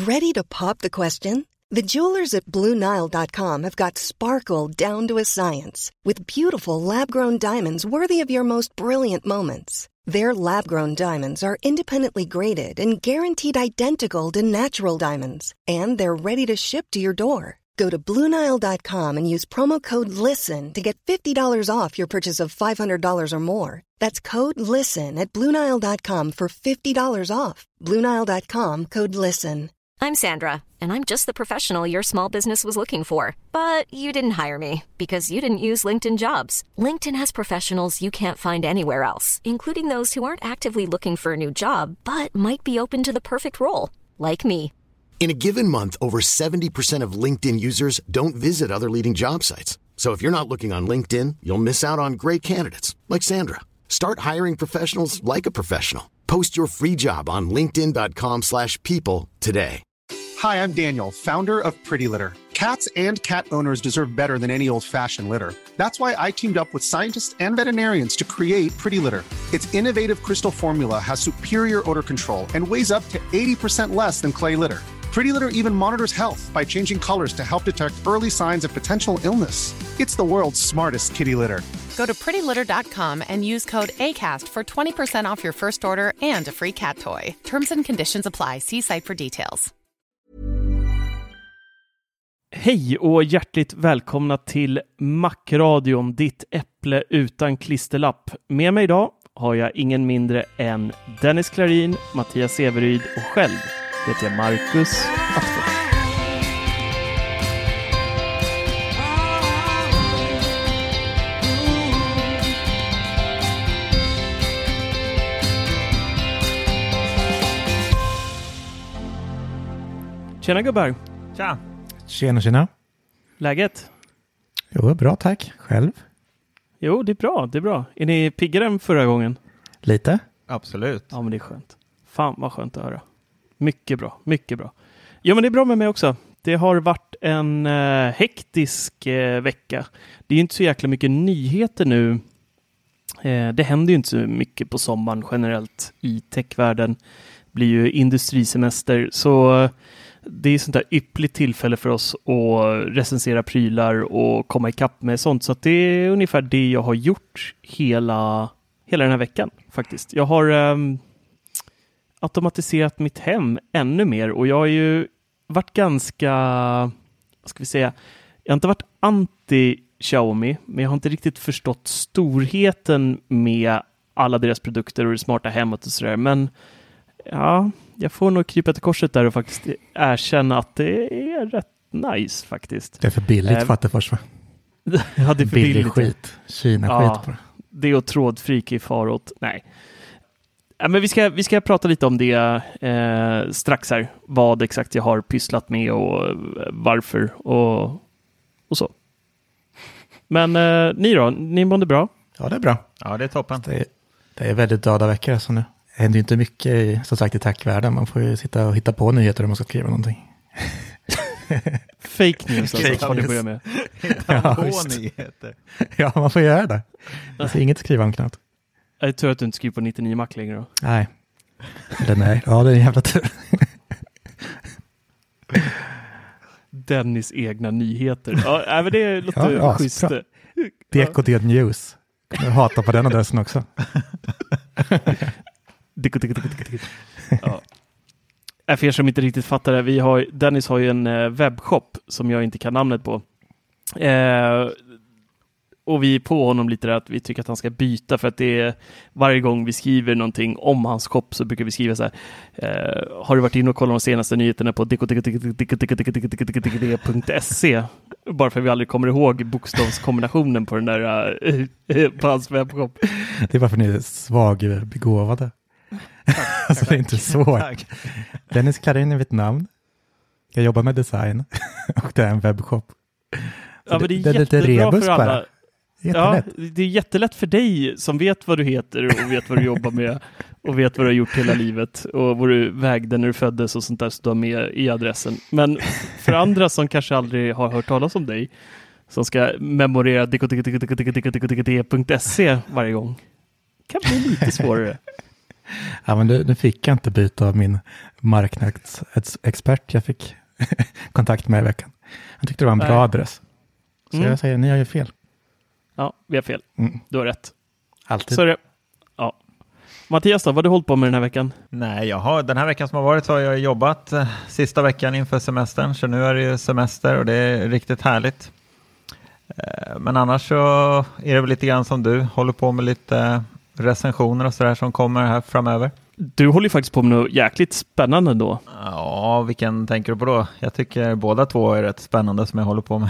Ready to pop the question? The jewelers at BlueNile.com have got sparkle down to a science with beautiful lab-grown diamonds worthy of your most brilliant moments. Their lab-grown diamonds are independently graded and guaranteed identical to natural diamonds, and they're ready to ship to your door. Go to BlueNile.com and use promo code LISTEN to get $50 off your purchase of $500 or more. That's code LISTEN at BlueNile.com for $50 off. BlueNile.com, code LISTEN. I'm Sandra, and I'm just the professional your small business was looking for. But you didn't hire me because you didn't use LinkedIn Jobs. LinkedIn has professionals you can't find anywhere else, including those who aren't actively looking for a new job, but might be open to the perfect role, like me. In a given month, over 70% of LinkedIn users don't visit other leading job sites. So if you're not looking on LinkedIn, you'll miss out on great candidates like Sandra. Start hiring professionals like a professional. Post your free job on linkedin.com/people today. Hi, I'm Daniel, founder of Pretty Litter. Cats and cat owners deserve better than any old-fashioned litter. That's why I teamed up with scientists and veterinarians to create Pretty Litter. Its innovative crystal formula has superior odor control and weighs up to 80% less than clay litter. Pretty Litter even monitors health by changing colors to help detect early signs of potential illness. It's the world's smartest kitty litter. Go to prettylitter.com and use code ACAST for 20% off your first order and a free cat toy. Terms and conditions apply. See site for details. Hej och hjärtligt välkomna till Macradion, ditt äpple utan klisterlapp. Med mig idag har jag ingen mindre än Dennis Klarin, Mattias Severyd och själv heter jag Marcus Attfors. Tjena gubbar. Tja. Tjena. Läget? Jo, bra tack. Själv? Jo, det är bra. Är ni piggare än förra gången? Lite. Absolut. Ja, men det är skönt. Fan vad skönt att höra. Mycket bra. Jo, men det är bra med mig också. Det har varit en hektisk vecka. Det är ju inte så jäkla mycket nyheter nu. Det händer ju inte så mycket på sommaren generellt i techvärlden. Det blir ju industrisemester, så det är sånt där yppligt tillfälle för oss att recensera prylar och komma ikapp med sånt. Så att det är ungefär det jag har gjort hela den här veckan faktiskt. Jag har automatiserat mitt hem ännu mer, och jag har ju varit ganska, vad ska vi säga, jag har inte varit anti Xiaomi, men jag har inte riktigt förstått storheten med alla deras produkter och det smarta hemmet och sådär. Men ja, jag får nog krypa till korset där och faktiskt erkänna att det är rätt nice faktiskt. Det är för billigt för Attefors, va? Ja, det är för billigt. Skit. Kina-skit på det. Det och trådfrik i faråt. Nej. Ja, men vi ska prata lite om det strax här. Vad exakt jag har pysslat med och varför och så. Men ni då? Ni mådde bra? Ja, det är bra. Ja, det är toppen. Det är väldigt döda veckor alltså nu. Det händer ju inte mycket som sagt i techvärlden. Man får ju sitta och hitta på nyheter om man ska skriva någonting. Fake news alltså, får ni börja med. Hitta på nyheter. Ja, man får göra det. Det är inget att skriva om knappt. Jag tror att du inte skriver på 99 Mac längre då. Nej. Eller nej. Ja, det är en jävla tur. Dennis egna nyheter. Ja, men det låter schysst. DKD News. Jag hatar på den adressen också. Ja. För er som inte riktigt fattar det, Dennis har ju en webbshop som jag inte kan namnet på. Och vi är på honom lite där att vi tycker att han ska byta, för att det är varje gång vi skriver någonting om hans shop så brukar vi skriva så här: har du varit inne och kollat de senaste nyheterna på dk.se, bara för att vi aldrig kommer ihåg bokstavskombinationen på den där på hans webbshop. Det är bara för att ni är svagbegåvade. Alltså det är inte svårt. Dennis Klarin är mitt namn. Jag jobbar med design och det är en webbshop. Ja, men det är lite rebus för alla. Jättelätt. Ja, det är jättelätt för dig som vet vad du heter och vet vad du jobbar med och vet vad du har gjort hela livet och vad du vägde när du föddes och sånt där, så du har med i adressen. Men för andra som kanske aldrig har hört talas om dig, som ska memorera dk.se varje gång, kan bli lite svårare. Ja, men nu fick jag inte byta av min marknadsexpert jag fick kontakt med i veckan. Han tyckte det var en bra adress. Så jag säger, ni har ju fel. Ja, vi har fel. Du har rätt. Alltid. Så är det. Ja. Mattias då, vad har du hållit på med den här veckan? Nej, den här veckan som har varit så har jag jobbat sista veckan inför semestern. Så nu är det ju semester och det är riktigt härligt. Men annars så är det väl lite grann som du håller på med lite recensioner och sådär som kommer här framöver. Du håller ju faktiskt på med något jäkligt spännande då. Ja, vilken tänker du på då? Jag tycker båda två är rätt spännande som jag håller på med.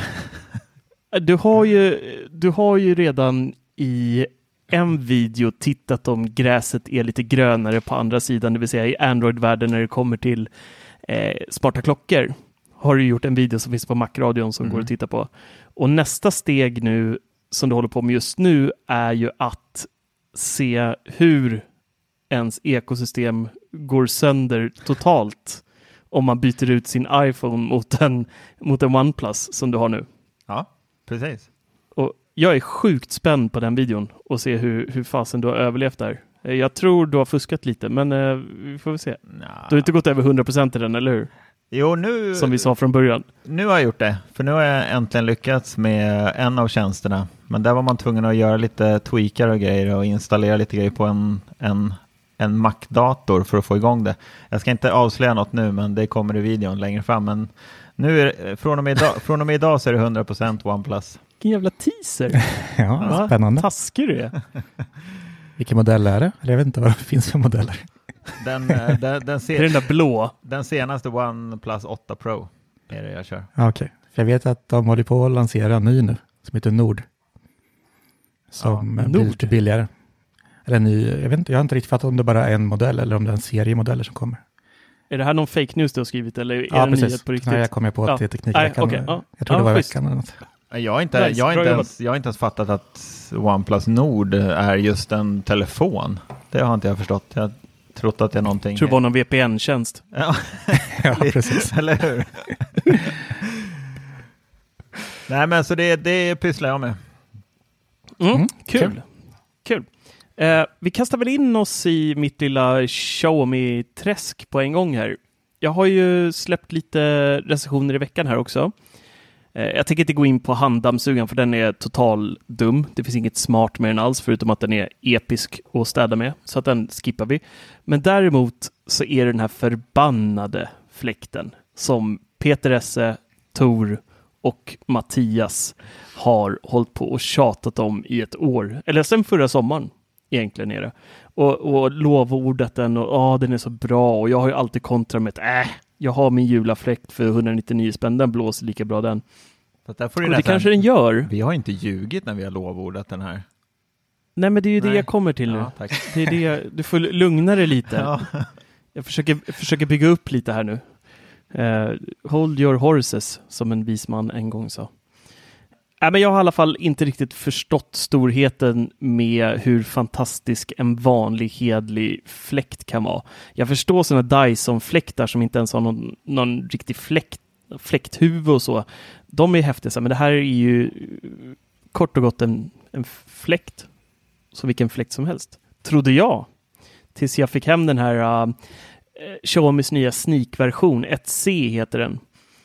Du har ju redan i en video tittat om gräset är lite grönare på andra sidan, det vill säga i Android-världen när det kommer till smarta klockor. Har du gjort en video som finns på Mac-radion som går att titta på. Och nästa steg nu som du håller på med just nu är ju att se hur ens ekosystem går sönder totalt om man byter ut sin iPhone mot en OnePlus som du har nu. Ja, precis. Och jag är sjukt spänd på den videon och se hur fasen du har överlevt där. Jag tror du har fuskat lite, men vi får väl se. Du har inte gått över 100% i den, eller hur? Jo, nu... Som vi sa från början. Nu har jag gjort det, för nu har jag äntligen lyckats med en av tjänsterna. Men där var man tvungen att göra lite tweakar och grejer och installera lite grejer på en Mac-dator för att få igång det. Jag ska inte avslöja något nu, men det kommer i videon längre fram. Men nu är, från och med idag så är det 100% OnePlus. Vilken jävla teaser. Ja, spännande. Taskig du är. Vilken modell är det? Eller jag vet inte vad det finns för modeller. Den det är den där blå. Den senaste OnePlus 8 Pro är det jag kör. Okej. För jag vet att de håller på att lansera en ny nu som heter Nord. Som blir lite billigare. Eller ny, jag har inte riktigt fattat om det bara är en modell eller om det är en serie modeller som kommer. Är det här någon fake news du har skrivit eller är det precis. nyhet på riktigt? Nej, jag kommer på att det är Teknikveckan. Okay. Jag tror det var veckan eller något. Jag har inte ens fattat att OnePlus Nord är just en telefon. Det har inte jag förstått. Jag trott att det är någonting. Jag tror det var någon VPN-tjänst. Ja, ja precis. Eller hur? Nej, men så det pysslar jag med. Kul. Vi kastar väl in oss i mitt lilla Xiaomi-träsk på en gång här. Jag har ju släppt lite recensioner i veckan här också. Jag tänker inte gå in på handdammsugaren för den är total dum. Det finns inget smart med den alls förutom att den är episk att städa med. Så att den skippar vi. Men däremot så är det den här förbannade fläkten som Peter Esse, Tor och Mattias har hållit på och tjatat om i ett år. Eller sen förra sommaren egentligen är det. Och lovordat den och den är så bra. Och jag har ju alltid kontrat med att jag har min julafläkt för 199 spänn. Den blåser lika bra den. Och det kanske den gör. Vi har inte ljugit när vi har lovordat den här. Nej, men det är ju det jag kommer till nu. Ja, tack. Det är det, du får lugna dig lite. Ja. Jag försöker bygga upp lite här nu. Hold your horses, som en visman en gång sa. Men jag har i alla fall inte riktigt förstått storheten med hur fantastisk en vanlig hedlig fläkt kan vara. Jag förstår sådana Dyson-fläktar som inte ens har någon riktig fläkthuvud och så. De är häftiga, men det här är ju kort och gott en fläkt. Så vilken fläkt som helst. Trodde jag. Tills jag fick hem den här Xiaomis nya sneak-version. 1C heter den.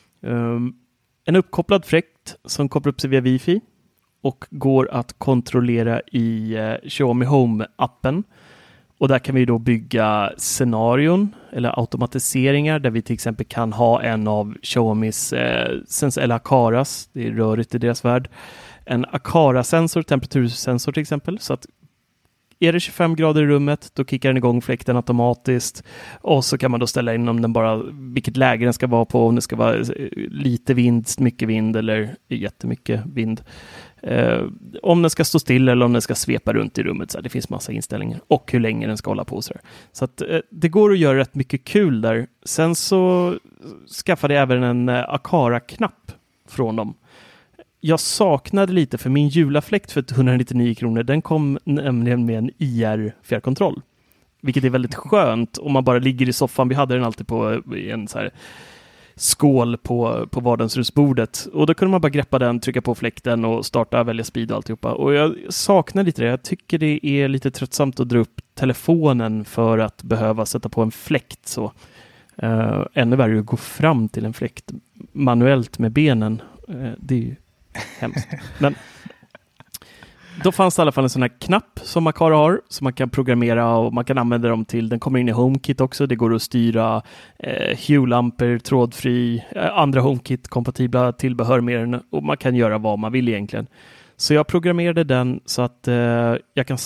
En uppkopplad fläkt som kopplar upp sig via Wi-Fi och går att kontrollera i Xiaomi Home-appen. Och där kan vi då bygga scenarion eller automatiseringar där vi till exempel kan ha en av Xiaomis eller Acaras, det är rörigt i deras värld, en Acara-sensor, temperatursensor till exempel, så att är det 25 grader i rummet, då kickar den igång fläkten automatiskt och så kan man då ställa in om den bara, vilket läge den ska vara på, om det ska vara lite vind, mycket vind eller jättemycket vind. Om den ska stå still eller om den ska svepa runt i rummet. Så det finns massa inställningar och hur länge den ska hålla på. Så att det går att göra rätt mycket kul där. Sen så skaffade jag även en Acara-knapp från dem. Jag saknade lite för min julafläkt för 199 kronor. Den kom nämligen med en IR-fjärrkontroll. Vilket är väldigt skönt om man bara ligger i soffan. Vi hade den alltid på en så här skål på vardagsrumsbordet. Och då kunde man bara greppa den, trycka på fläkten och starta, välja speed och alltihopa. Och jag saknar lite det. Jag tycker det är lite tröttsamt att dra upp telefonen för att behöva sätta på en fläkt. Så ännu värre att gå fram till en fläkt manuellt med benen. Det är ju hemskt. Men då fanns det i alla fall en sån här knapp som Makara har, som man kan programmera och man kan använda dem till. Den kommer in i HomeKit också. Det går att styra Hue-lampor, trådfri, andra HomeKit-kompatibla tillbehör med den, och man kan göra vad man vill egentligen. Så jag programmerade den så att jag kan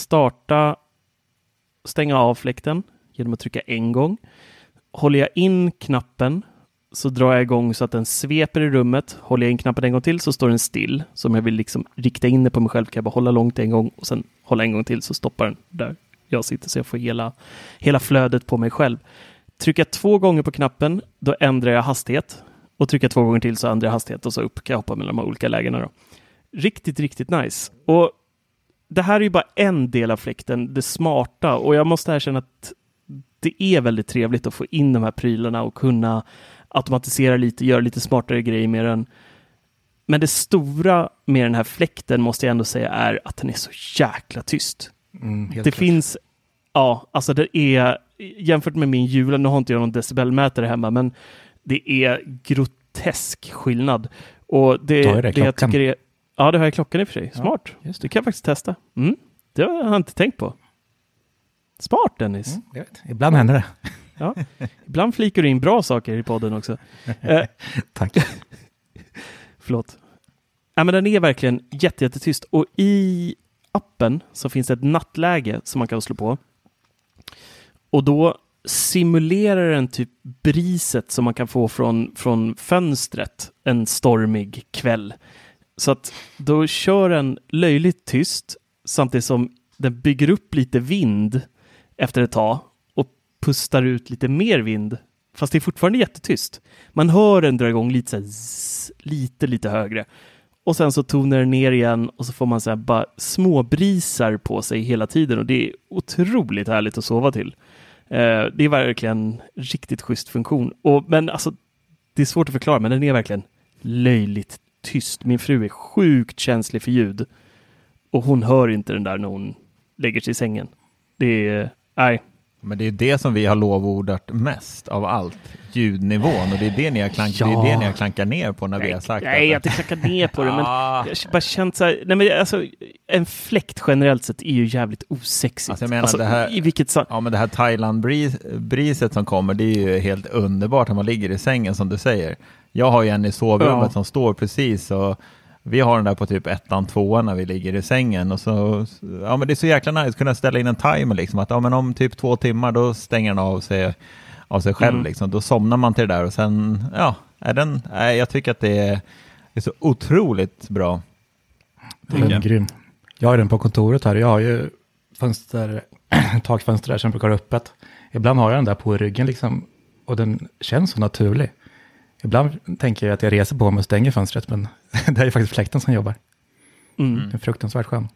stänga av fläkten genom att trycka en gång. Håller jag in knappen så drar jag igång så att den sveper i rummet. Håller jag in knappen en gång till så står den still. Så om jag vill liksom rikta in det på mig själv kan jag bara hålla långt en gång och sen hålla en gång till så stoppar den där jag sitter, så jag får hela flödet på mig själv. Trycker jag 2 gånger på knappen, då ändrar jag hastighet. Och trycker jag 2 gånger till så ändrar jag hastighet och så upp kan jag hoppa mellan de olika lägena då. Riktigt, riktigt nice. Och det här är ju bara en del av fläkten, det smarta. Och jag måste erkänna att det är väldigt trevligt att få in de här prylarna och kunna automatisera lite, göra lite smartare grejer med den. Men det stora med den här fläkten måste jag ändå säga är att den är så jäkla tyst. Det klart. Finns, alltså det är, jämfört med min Jula, nu har inte jag någon decibelmätare hemma, men det är grotesk skillnad. Och det jag tycker är, ja, det har jag klockan i och för sig. Smart. Det kan jag faktiskt testa. Det har jag inte tänkt på. Smart, Dennis. Jag vet. Ibland händer det. Ja, ibland flikar du in bra saker i podden också. Tack. Förlåt. Men den är verkligen jättetyst. Och i appen så finns det ett nattläge som man kan slå på. Och då simulerar den typ briset som man kan få från fönstret en stormig kväll. Så att då kör den löjligt tyst samtidigt som den bygger upp lite vind efter ett tag och pustar ut lite mer vind. Fast det är fortfarande jättetyst. Man hör den dra igång lite så här, lite högre. Och sen så tonar den ner igen och så får man så här bara små brisar på sig hela tiden. Och det är otroligt härligt att sova till. Det är verkligen riktigt schysst funktion. Men alltså, det är svårt att förklara, men den är verkligen löjligt tyst. Min fru är sjukt känslig för ljud. Och hon hör inte den där när hon lägger sig i sängen. Det är, nej. Men det är det som vi har lovordat mest av allt. Ljudnivån. Och det är det ni har klankat ner på när vi har sagt nej, jag har inte klankat ner på det. Men jag har bara känt så här. Nej, men alltså, en fläkt generellt sett är ju jävligt osexigt. Alltså jag menar det här, i vilket men det här Thailand-briset som kommer, det är ju helt underbart när man ligger i sängen som du säger. Jag har ju en i sovrummet som står precis och vi har den där på typ 1:an, 2:an när vi ligger i sängen och så, men det är så jäkla nice att kunna ställa in en timer liksom, att men om typ 2 timmar då stänger den av sig själv liksom, då somnar man till det där och sen, jag tycker att det är så otroligt bra. Den är grym. Jag har den på kontoret här, jag har ju takfönster där som brukar vara öppet. Ibland har jag den där på ryggen liksom, och den känns så naturlig. Ibland tänker jag att jag reser på mig och stänger fönstret, men det är ju faktiskt fläkten som jobbar. Den är fruktansvärt skön.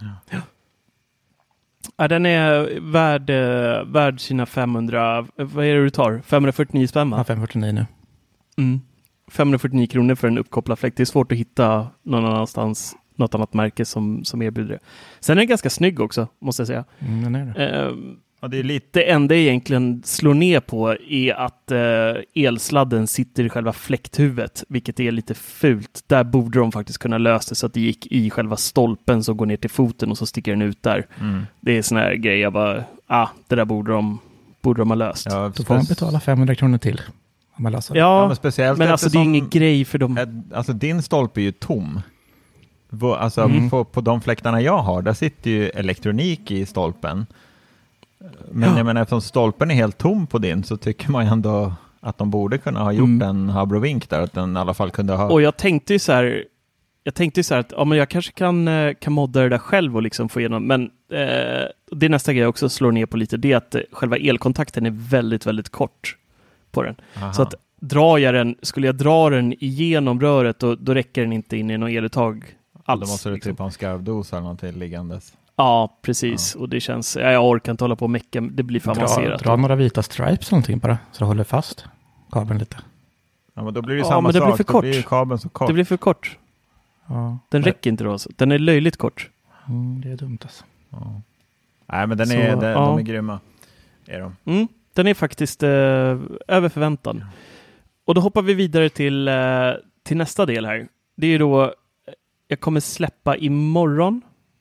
Ja, den är värd sina 500, vad är det du tar? 549 spänn, va? Ja, 549 nu. 549 kronor för en uppkopplad fläkt. Det är svårt att hitta någon annanstans, något annat märke som erbjuder det. Sen är den ganska snygg också, måste jag säga. Den är det. Det är lite enda jag egentligen slår ner på är att elsladden sitter i själva fläkthuvudet, vilket är lite fult. Där borde de faktiskt kunna lösa det så att det gick i själva stolpen som går ner till foten och så sticker den ut där. Det är sån här grej jag bara, det där borde de ha löst. Ja, då får man betala 500 kronor till. Om man löser det. Ja, men speciellt men alltså det är ingen grej för dem. Alltså din stolpe är ju tom. Alltså på de fläktarna jag har, där sitter ju elektronik i stolpen. Men jag menar, eftersom stolpen är helt tom på din så tycker man ju ändå att de borde kunna ha gjort en habrovink där, att den i alla fall kunde ha... Och jag tänkte ju så här att men jag kanske kan modda det där själv och liksom få igenom, men det är nästa grej jag också slår ner på lite, det är att själva elkontakten är väldigt, väldigt kort på den. Aha. Så att skulle jag dra den igenom röret då räcker den inte in i någon eluttag alls. Då måste du liksom. typ ha en skarvdos eller någonting liggandes. Ja, precis. Och det känns... Jag orkar inte hålla på och mecka. Det blir för avancerat. Dra några vita stripes eller någonting bara, så det håller fast kabeln lite. Ja, men då blir det samma sak. Blir för kort. Då blir kabeln så kort. Det blir för kort. Ja. Den räcker inte då. Alltså. Den är löjligt kort. Det är dumt alltså. Ja. Nej, men de är grymma. Är de. Den är faktiskt över förväntan. Och då hoppar vi vidare till nästa del här. Det är ju då, jag kommer släppa imorgon.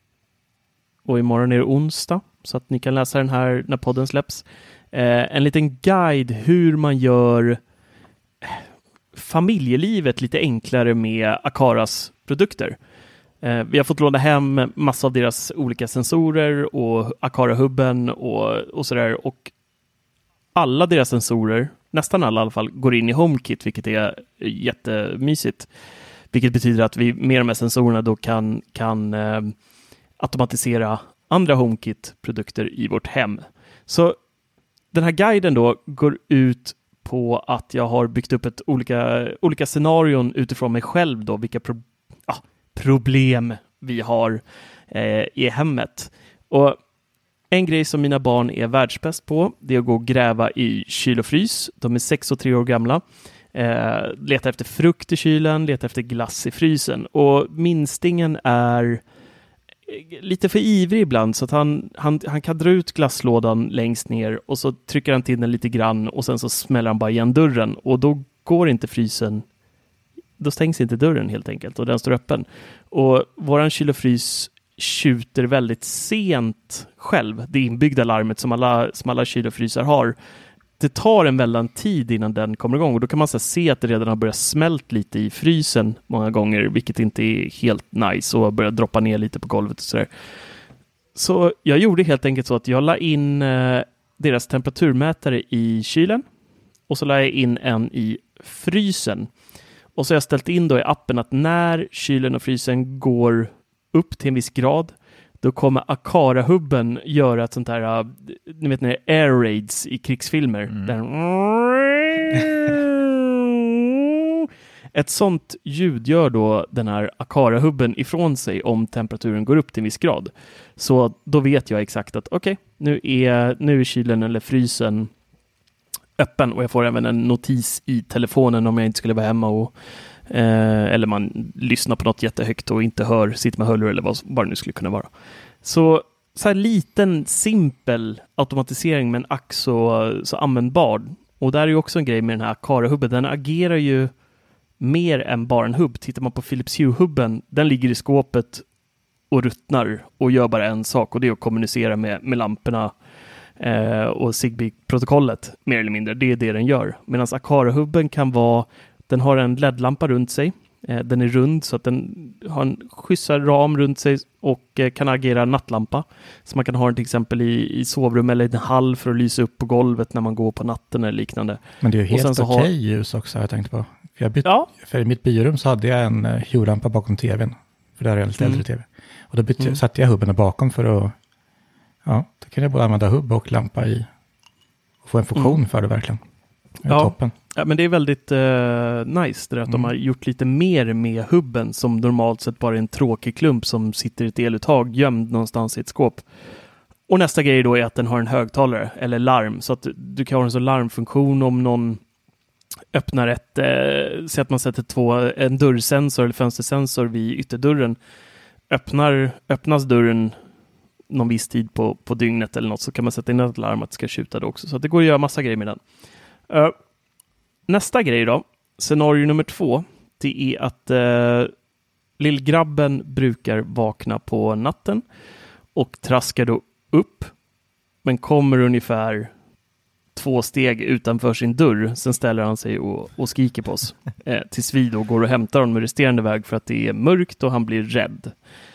Och imorgon är det onsdag. Så att ni kan läsa den här när podden släpps. En liten guide hur man gör familjelivet lite enklare med Acaras produkter. Vi har fått låna hem massa av deras olika sensorer och Acara-hubben och sådär. Och alla deras sensorer, nästan alla i alla fall, går in i HomeKit, vilket är jättemysigt. Vilket betyder att vi med de här sensorerna då kan automatisera andra HomeKit-produkter i vårt hem. Så den här guiden då går ut på att jag har byggt upp olika scenarion utifrån mig själv då, vilka problem vi har i hemmet. Och en grej som mina barn är världsbäst på, det är att gå och gräva i kyl och frys. De är 6 och 3 år gamla. Leta efter frukt i kylen, leta efter glass i frysen. Och minstingen är lite för ivrig ibland, så att han kan dra ut glasslådan längst ner och så trycker han till den lite grann och sen så smäller han bara igen dörren. Och då går inte frysen, då stängs inte dörren helt enkelt och den står öppen. Och våran kyl och frys tjuter väldigt sent själv. Det inbyggda larmet som alla kyl och frysar har. Det tar en väldigt tid innan den kommer igång och då kan man se att det redan har börjat smält lite i frysen många gånger, vilket inte är helt nice, och börjat droppa ner lite på golvet och sådär. Så jag gjorde helt enkelt så att jag la in deras temperaturmätare i kylen och så la jag in en i frysen. Och så har jag ställt in då i appen att när kylen och frysen går upp till en viss grad, då kommer Acara-hubben göra ett sånt här, ni vet när det är air raids i krigsfilmer. Ett sånt ljud gör då den här Acara-hubben ifrån sig om temperaturen går upp till en viss grad. Så då vet jag exakt att okej, nu är kylen eller frysen öppen, och jag får även en notis i telefonen om jag inte skulle vara hemma och eller man lyssnar på något jättehögt och inte hör, sitter med hörlurar eller vad det nu skulle kunna vara. Så här liten simpel automatisering, men ack så användbar. Och där är ju också en grej med den här Acara-hubben. Den agerar ju mer än bara en hubb. Tittar man på Philips Hue-hubben, den ligger i skåpet och ruttnar och gör bara en sak, och det är att kommunicera med lamporna och Zigbee-protokollet mer eller mindre. Det är det den gör. Medan Acara-hubben den har en LED-lampa runt sig. Den är rund så att den har en schyssta ram runt sig och kan agera nattlampa. Så man kan ha den till exempel i sovrum eller i en hall för att lysa upp på golvet när man går på natten eller liknande. Men det är ju helt okej ljus också, har jag tänkt på. För i mitt biorum så hade jag en Hue-lampa bakom tvn. För där är jag lite äldre tv. Och då satte jag hubben bakom för att då kan jag både använda hubb och lampa i och få en funktion för det verkligen. Toppen. Ja, men det är väldigt nice det att de har gjort lite mer med hubben, som normalt sett bara är en tråkig klump som sitter i ett eluttag gömd någonstans i ett skåp. Och nästa grej då är att den har en högtalare eller larm, så att du kan ha en sån larmfunktion om någon öppnar så att man sätter en dörrsensor eller fönstersensor vid ytterdörren. Öppnas dörren någon viss tid på dygnet eller något, så kan man sätta in ett larm att det ska skjuta då också. Så att det går att göra massa grejer med den. Nästa grej då, scenario nummer 2, det är att lillgrabben brukar vakna på natten och traskar då upp, men kommer ungefär 2 steg utanför sin dörr. Sen ställer han sig och skriker på oss tills vi då går och hämtar honom med resterande väg för att det är mörkt och han blir rädd.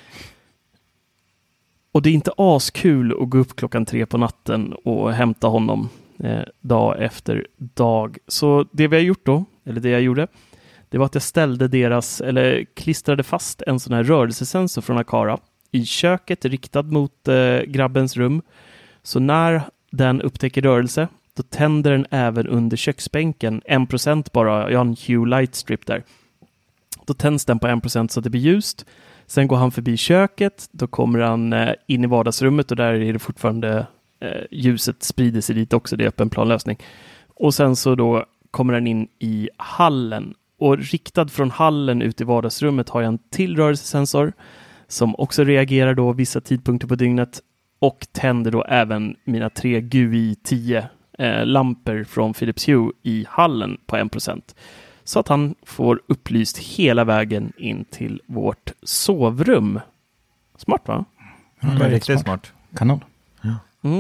Och det är inte askul att gå upp 3 på natten och hämta honom dag efter dag. Så det vi har gjort då, eller det jag gjorde, det var att jag klistrade fast en sån här rörelsesensor från Acara i köket riktad mot grabbens rum. Så när den upptäcker rörelse, då tänder den även under köksbänken 1% bara. Jag har en Hue Light Strip där. Då tänds den på 1% så att det blir ljust. Sen går han förbi köket, då kommer han in i vardagsrummet och där är det fortfarande ljuset sprider sig dit också, det är öppen planlösning. Och sen så då kommer den in i hallen. Och riktad från hallen ut i vardagsrummet har jag en tillrörelsesensor som också reagerar då vissa tidpunkter på dygnet och tänder då även mina 3 GUI 10 lampor från Philips Hue i hallen på 1%. Så att han får upplyst hela vägen in till vårt sovrum. Smart, va? Det är riktigt smart. Kanon. Ja.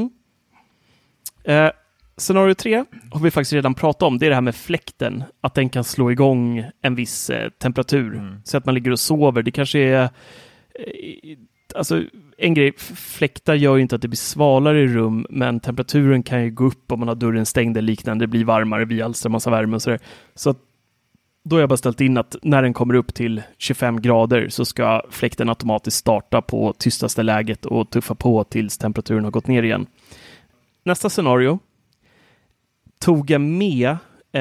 Scenario 3 har vi faktiskt redan pratat om. Det är det här med fläkten. Att den kan slå igång en viss temperatur. Så att man ligger och sover. Det kanske är... alltså en grej, fläktar gör ju inte att det blir svalare i rum, men temperaturen kan ju gå upp om man har dörren stängd eller liknande. Det blir varmare, vi alstrar massa värme och sådär. Så att då har jag bara ställt in att när den kommer upp till 25 grader så ska fläkten automatiskt starta på tystaste läget och tuffa på tills temperaturen har gått ner igen. Nästa scenario tog jag med,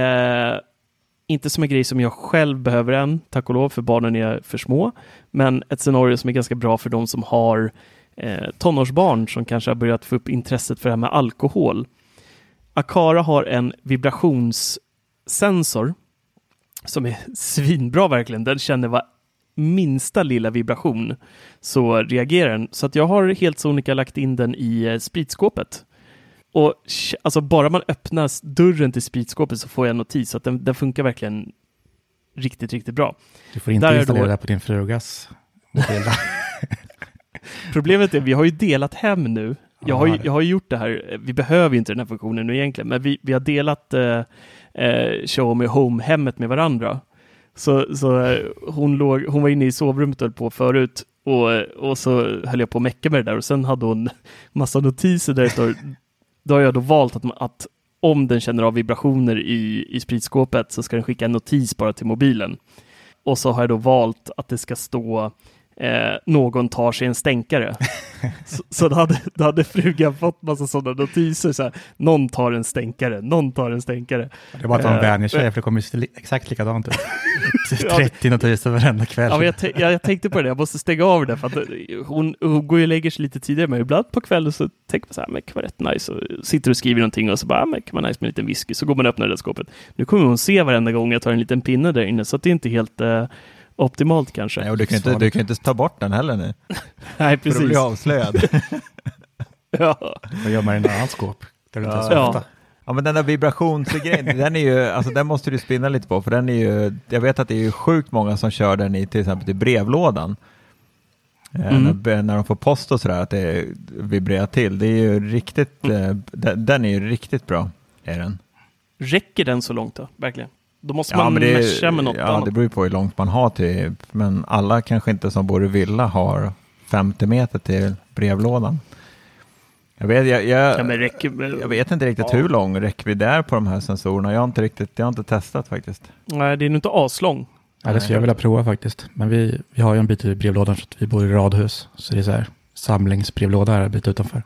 inte som en grej som jag själv behöver än, tack och lov, för barnen är för små, men ett scenario som är ganska bra för de som har tonårsbarn som kanske har börjat få upp intresset för det här med alkohol. Aqara har en vibrationssensor som är svinbra verkligen. Den känner vad minsta lilla vibration så reagerar den. Så att jag har helt sonika lagt in den i spritskåpet. Och alltså bara man öppnar dörren till spritskåpet så får jag en notis att den funkar verkligen riktigt, riktigt bra. Du får inte installera det på din frugas mobil. Problemet är vi har ju delat hem nu. Jag har ju gjort det här. Vi behöver ju inte den här funktionen nu egentligen, men vi har delat Xiaomi Home-hemmet med varandra. Så hon var inne i sovrummet och höll på förut och så höll jag på att mecka med det där och sen hade hon massa notiser där det står. Då har jag då valt att om den känner av vibrationer i spritskåpet så ska den skicka en notis bara till mobilen. Och så har jag då valt att det ska stå någon tar sig en stänkare. så då hade frugan fått massa sådana notiser. Så här, någon tar en stänkare. Det var att de vänjer sig, för det kommer ju exakt likadant ut. 30 notiser varenda kväll. Ja, jag tänkte på det. Jag måste stänga av det. För att hon går ju och lägger sig lite tidigare. Men ibland på kvällen så tänker man så här, men det var rätt nice. Och sitter och skriver någonting och så bara, men det var nice med en liten whisky. Så går man och öppnar det skåpet. Nu kommer hon se varenda gång jag tar en liten pinne där inne. Så att det är inte helt... optimalt kanske. Nej, och du kan inte ta bort den heller nu. Nej, precis. För att bli avslöjad. Ja. Vad gör man i en annan skåp? Där du inte så ofta. Ja, men den där vibrationsgrejen, den är ju, alltså den måste du spinna lite på, för den är ju, jag vet att det är ju sjukt många som kör den i till exempel i brevlådan. När de får post och sådär, att det vibrerar till. Det är ju riktigt, den är ju riktigt bra, är den. Räcker den så långt då, verkligen? Då måste man mesha med något annat. Ja, det beror ju på hur långt man har till, men alla kanske inte som bor i villa har 50 meter till brevlådan. Jag vet inte riktigt hur lång räckvidd det är på de här sensorerna. Jag har inte testat faktiskt. Nej, det är nog inte aslång. Ja, det skulle jag vilja prova faktiskt. Men vi har ju en bit i brevlådan för att vi bor i radhus. Så det är så här samlingsbrevlåda här en bit utanför.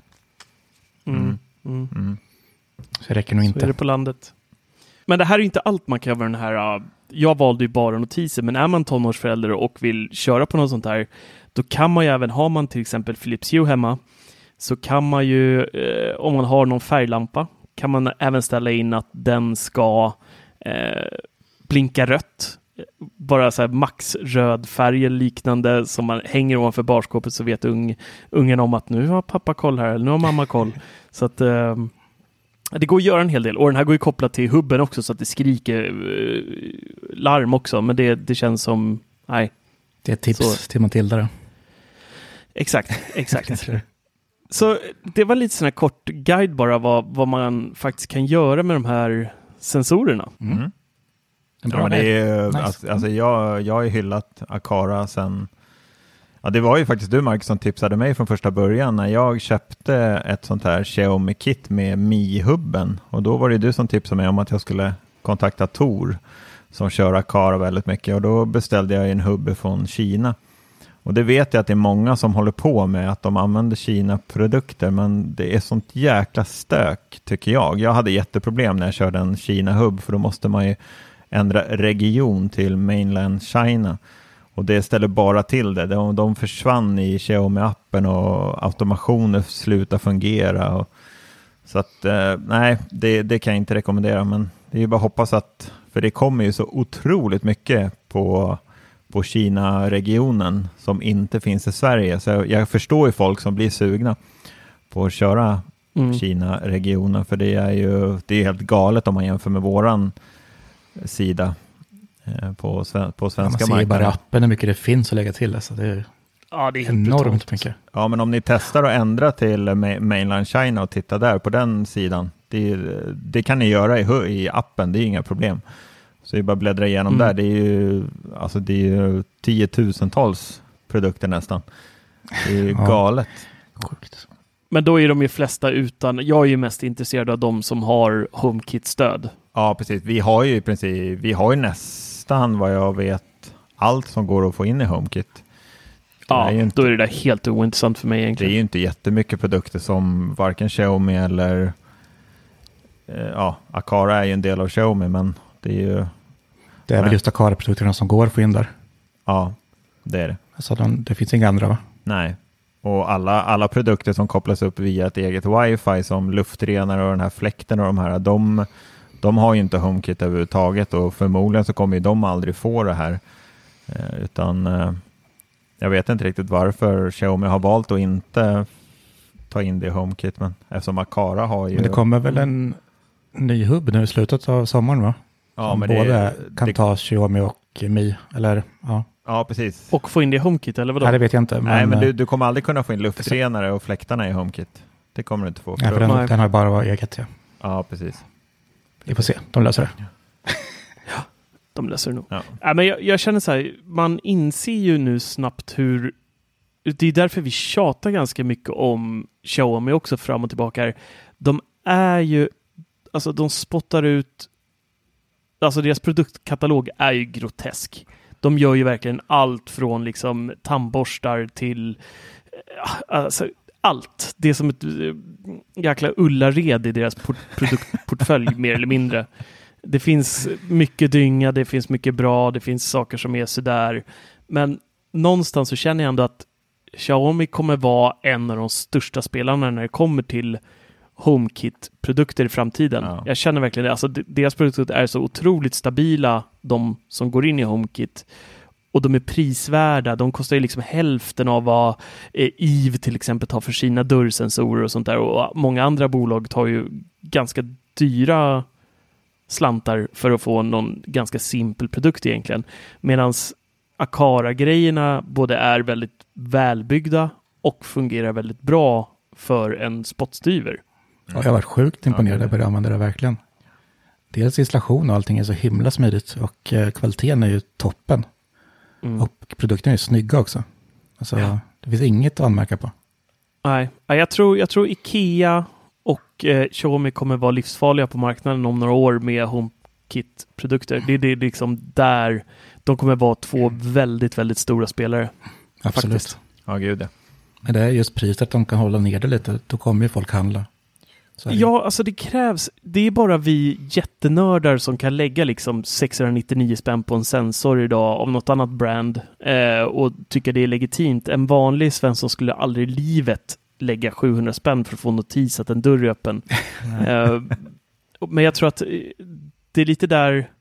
Så det räcker nog inte. Så är det på landet. Men det här är ju inte allt man kan göra den här. Jag valde ju bara notiser, men är man tonårsförälder och vill köra på något sånt här, då kan man ju även, har man till exempel Philips Hue hemma, så kan man ju, om man har någon färglampa, kan man även ställa in att den ska blinka rött. Bara så här max röd färg eller liknande som man hänger ovanför barskåpet, så vet ungen om att nu har pappa koll här, eller nu har mamma koll. Så att det går att göra en hel del. Och den här går ju kopplat till hubben också, så att det skriker larm också. Men det känns som... Nej. Det är ett tips till Matilda då. Exakt. Så det var lite sån här kort guide bara vad man faktiskt kan göra med de här sensorerna. Ja, det är, nice. Alltså jag har ju hyllat Aqara sen... Ja, det var ju faktiskt du, Mark, som tipsade mig från första början när jag köpte ett sånt här Xiaomi-kit med Mi-hubben. Och då var det du som tipsade mig om att jag skulle kontakta Tor som kör Aqara väldigt mycket. Och då beställde jag en hubb från Kina. Och det vet jag att det är många som håller på med, att de använder Kina-produkter. Men det är sånt jäkla stök, tycker jag. Jag hade jätteproblem när jag körde en Kina-hubb, för då måste man ju ändra region till mainland China. Och det ställer bara till det. De försvann i Xiaomi-appen och automationer slutar fungera. Så att, nej, det kan jag inte rekommendera. Men Det är ju bara att hoppas att, för det kommer ju så otroligt mycket på Kina-regionen som inte finns i Sverige. Så jag förstår ju folk som blir sugna på att köra Kina-regionen, för det är helt galet om man jämför med våran sida på svenska marknaden. Man ser bara i appen hur mycket det finns att lägga till. Alltså det är enormt mycket. Ja, men om ni testar att ändra till Mainland China och titta där på den sidan, det kan ni göra i appen, det är inga problem. Så det är bara att bläddra igenom där. Det är ju 10 000-tals produkter nästan. Det är ju galet. Sjukt. Men då är de ju flesta utan. Jag är ju mest intresserad av de som har HomeKit-stöd. Ja, precis. Vi har ju nästan vad jag vet allt som går att få in i HomeKit. Ja, då är det där helt ointressant för mig egentligen. Det är ju inte jättemycket produkter som varken Xiaomi eller Aqara är ju en del av Xiaomi, men det är ju... Det är väl just Aqara-produkterna som går att få in där. Ja, det är det. Alltså det finns inga andra, va? Nej. Och alla produkter som kopplas upp via ett eget wifi som luftrenare och den här fläkten och de här, de har ju inte HomeKit överhuvudtaget, och förmodligen så kommer ju de aldrig få det här. Utan jag vet inte riktigt varför Xiaomi har valt att inte ta in det i HomeKit, men eftersom Aqara har ju... Men det kommer väl en ny hubb nu i slutet av sommaren, va? Ja, som men både kan ta Xiaomi och Mi, eller ja. Ja, precis. Och få in det i HomeKit, eller vadå? Nej, det vet jag inte. Nej, men du kommer aldrig kunna få in luftrenare och fläktarna i HomeKit. Det kommer du inte få. Ja, för den har bara varit eget, ja. Ja, precis. Vi får se, de löser det. Ja, de löser det nog. Ja. Ja, men jag känner så här, man inser ju nu snabbt hur... Det är därför vi tjatar ganska mycket om Xiaomi också fram och tillbaka här. De är ju... Alltså de spottar ut... Alltså deras produktkatalog är ju grotesk. De gör ju verkligen allt från liksom tandborstar till alltså allt. Det är som ett jäkla ullared i deras produktportfölj mer eller mindre. Det finns mycket dynga, det finns mycket bra, det finns saker som är sådär. Men någonstans så känner jag ändå att Xiaomi kommer vara en av de största spelarna när det kommer till HomeKit-produkter i framtiden. Ja. Jag känner verkligen det. Alltså, deras produkter är så otroligt stabila, de som går in i HomeKit. Och de är prisvärda. De kostar ju liksom hälften av vad Eve till exempel tar för sina dörrsensorer och sånt där. Och många andra bolag tar ju ganska dyra slantar för att få någon ganska simpel produkt egentligen. Medan Aqara-grejerna både är väldigt välbyggda och fungerar väldigt bra för en spottstyver. Ja, jag har varit sjukt imponerad över att använda det verkligen. Dels installation och allting är så himla smidigt och kvaliteten är ju toppen. Och produkterna är snygga också. Alltså, det finns inget att anmärka på. Nej, jag tror Ikea och Xiaomi kommer vara livsfarliga på marknaden om några år med HomeKit-produkter. Det är liksom där de kommer vara två väldigt, väldigt stora spelare. Absolut. Faktiskt. Ja, gud. Men det är just priset att de kan hålla ner det lite. Då kommer ju folk handla. Ja, alltså det krävs. Det är bara vi jättenördar som kan lägga liksom 699 spänn på en sensor idag av något annat brand och tycka det är legitimt. En vanlig Svensson skulle aldrig i livet lägga 700 spänn för att få notis att en dörr är öppen. Men jag tror att det är lite där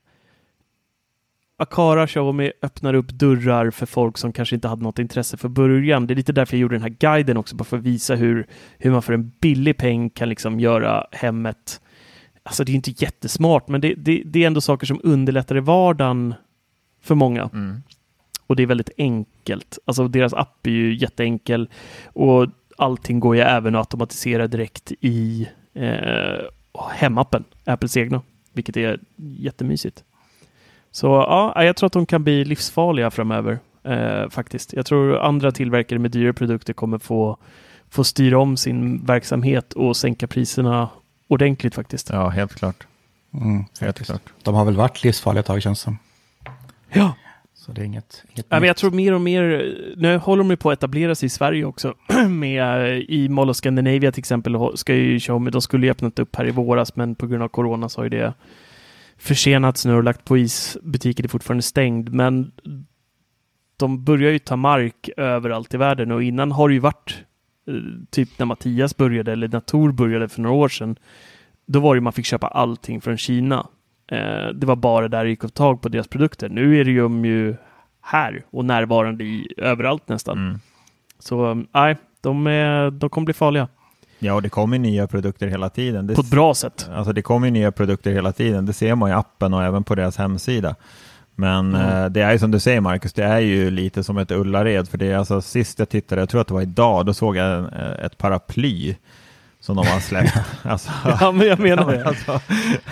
Aqara Xiaomi öppnar upp dörrar för folk som kanske inte hade något intresse för början. Det är lite därför jag gjorde den här guiden också, bara för att visa hur man för en billig peng kan liksom göra hemmet. Alltså det är inte jättesmart, men det är ändå saker som underlättar i vardagen för många. Och det är väldigt enkelt. Alltså deras app är ju jätteenkel och allting går ju även att automatisera direkt i hemappen, Apples egna, vilket är jättemysigt. Så ja, jag tror att de kan bli livsfarliga framöver faktiskt. Jag tror andra tillverkare med dyra produkter kommer få styra om sin verksamhet och sänka priserna ordentligt faktiskt. Ja, helt klart. Helt klart. De har väl varit livsfarliga ett tag, känns som. Ja. Så det är inget men jag tror mer och mer, nu håller de på att etablera sig i Sverige också. I Mall of Scandinavia till exempel ska ju Xiaomi, de skulle ju öppnat upp här i våras, men på grund av corona så har ju det försenats nu och lagt på is. Butiken är fortfarande stängd, men de börjar ju ta mark överallt i världen, och innan har det ju varit typ när Mattias började eller när Tor började för några år sedan, då var det man fick köpa allting från Kina. Det var bara där det gick att få tag på deras produkter. Nu är det ju här och närvarande överallt nästan. Så nej, de kommer bli farliga. Ja, och det kommer nya produkter hela tiden. På ett bra sätt. Alltså det kommer nya produkter hela tiden. Det ser man i appen och även på deras hemsida. Men det är ju som du säger, Marcus, det är ju lite som ett Ullared. För det är alltså sist jag tittade, jag tror att det var idag, då såg jag ett paraply som de har släppt. Alltså, ja, men jag menar det. Alltså,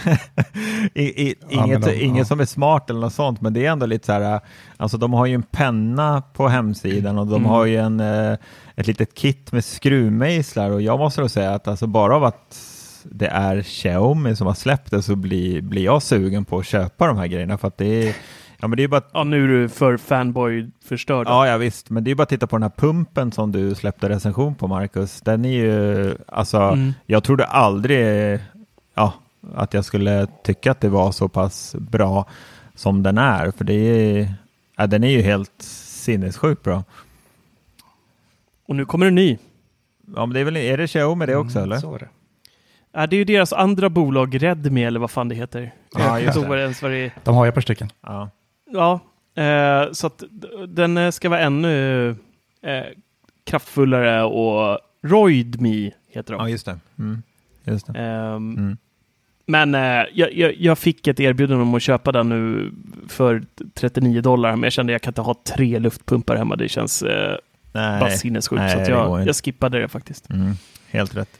inget som är smart eller något sånt, men det är ändå lite så här, alltså de har ju en penna på hemsidan och de har ju ett litet kit med skruvmejslar, och jag måste då säga att alltså bara av att det är Xiaomi som har släppt det så blir jag sugen på att köpa de här grejerna, för att det är men det är bara ja, nu är du för fanboy förstörd. Ja, visst. Men det är bara att titta på den här pumpen som du släppte recension på, Marcus. Den är ju, alltså, jag trodde aldrig att jag skulle tycka att det var så pass bra som den är. För det är, den är ju helt sinnessjukt bra. Och nu kommer en ny. Ja, men är det Xiaomi det också, eller? Så är det. Ja, det är ju deras andra bolag, Redmi, eller vad fan det heter. Ja, just det. De har ju ett par stycken. Ja, så att den ska vara ännu kraftfullare, och Roidmi heter de. Ja, just det. Just det. Men jag fick ett erbjudande om att köpa den nu för $39, men jag kände att jag kan inte ha 3 luftpumpar hemma. Det känns bara sinnessjukt, så att jag skippade det faktiskt. Helt rätt.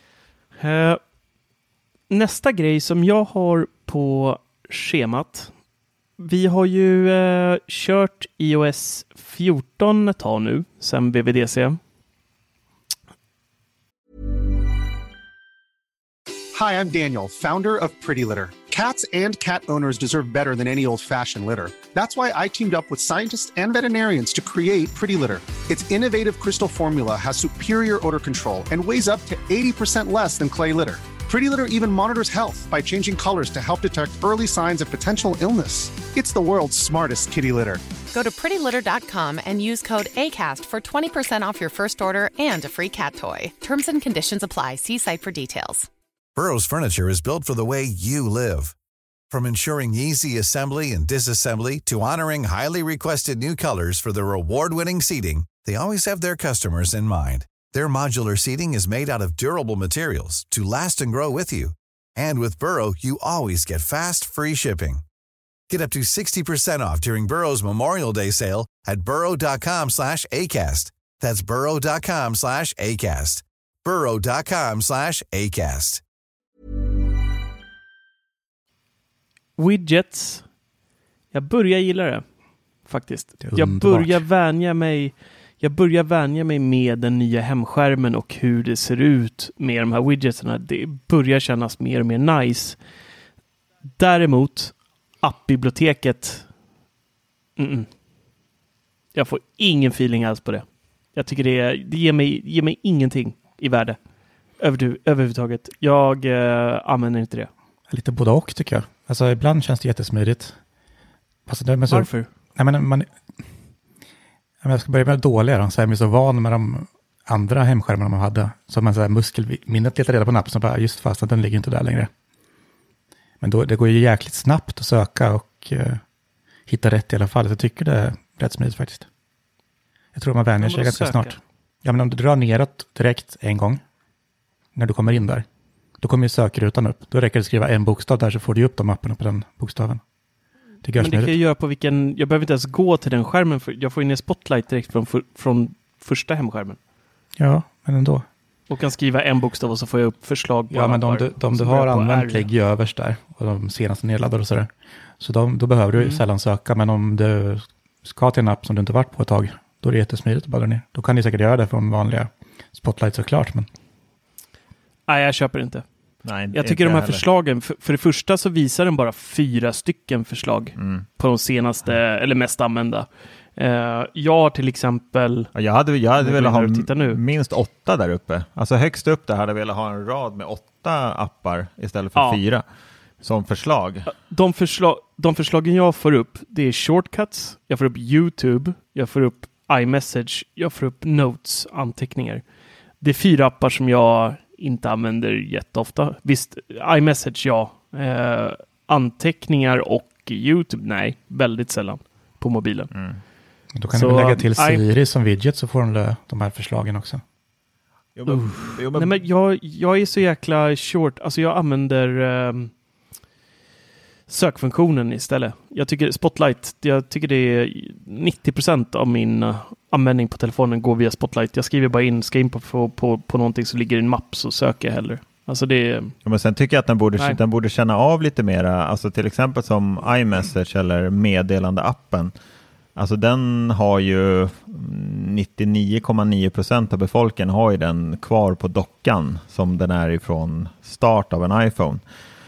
Nästa grej som jag har på schemat. Vi har ju kört iOS 14 ett tag nu, sen WWDC. Hi, I'm Daniel, founder of Pretty Litter. Cats and cat owners deserve better than any old-fashioned litter. That's why I teamed up with scientists and veterinarians to create Pretty Litter. Its innovative crystal formula has superior odor control and weighs up to 80% less than clay litter. Pretty Litter even monitors health by changing colors to help detect early signs of potential illness. It's the world's smartest kitty litter. Go to prettylitter.com and use code ACAST for 20% off your first order and a free cat toy. Terms and conditions apply. See site for details. Burrow's furniture is built for the way you live. From ensuring easy assembly and disassembly to honoring highly requested new colors for their award-winning seating, they always have their customers in mind. Their modular seating is made out of durable materials to last and grow with you. And with Burrow, you always get fast, free shipping. Get up to 60% off during Burrow's Memorial Day sale at burrow.com/ACAST. That's burrow.com/ACAST. burrow.com/ACAST. Widgets. Jag börjar gilla det faktiskt. Jag börjar vänja mig med den nya hemskärmen och hur det ser ut med de här widgetserna. Det börjar kännas mer och mer nice. Däremot appbiblioteket jag får ingen feeling alls på det. Jag tycker det ger mig ingenting i värde överhuvudtaget. Jag använder inte det. Lite både och tycker jag. Alltså ibland känns det jättesmidigt. Alltså, varför? Nej, men jag ska börja med dåliga då, så jag är så van med de andra hemskärmarna man hade. Så man så muskelminnet letar reda på nappen, så bara just fast att den ligger inte där längre. Men då, det går ju jäkligt snabbt att söka och hitta rätt i alla fall. Så jag tycker det är rätt smidigt faktiskt. Jag tror man vänjer sig ganska snart. Ja, men om du drar neråt direkt en gång när du kommer in där, då kommer ju sökrutan upp. Då räcker det att skriva en bokstav där, så får du upp de mapparna på den bokstaven. Men det kan jag göra på vilken... Jag behöver inte ens gå till den skärmen. Jag får in en spotlight direkt från första hemskärmen. Ja, men ändå. Och kan skriva en bokstav och så får jag upp förslag på... Ja, men de du har använt ligger ju överst där. Och de senaste nedladdade och sådär. Så då behöver du sällan söka. Men om du ska till en app som du inte varit på ett tag, då är det jättesmidigt att bara ner. Då kan ni säkert göra det från vanliga spotlight såklart. Men... Nej, jag köper inte. Nej, jag tycker de här förslagen, för det första så visar den bara 4 stycken förslag på de senaste, eller mest använda. Jag har till exempel... Jag hade velat ha minst 8 där uppe. Alltså högst upp där hade jag velat ha en rad med 8 appar istället för 4 som förslag. De förslagen jag får upp, det är shortcuts, jag får upp YouTube, jag får upp iMessage, jag får upp notes, anteckningar. Det är 4 appar som jag inte använder jätteofta. Visst, iMessage anteckningar och YouTube, nej, väldigt sällan på mobilen. Då kan du lägga till Siri som widget så får de här förslagen också. Nej, men jag är så jäkla short. Alltså jag använder sökfunktionen istället. Jag tycker Spotlight, det är 90% av min användning på telefonen går via Spotlight. Jag skriver bara in, ska in på någonting så ligger i en mapp, så söker jag hellre. Alltså det men sen tycker jag att den borde känna av lite mera, alltså till exempel som iMessage eller meddelande-appen. Alltså den har ju 99,9% av befolkningen har ju den kvar på dockan som den är ifrån start av en iPhone.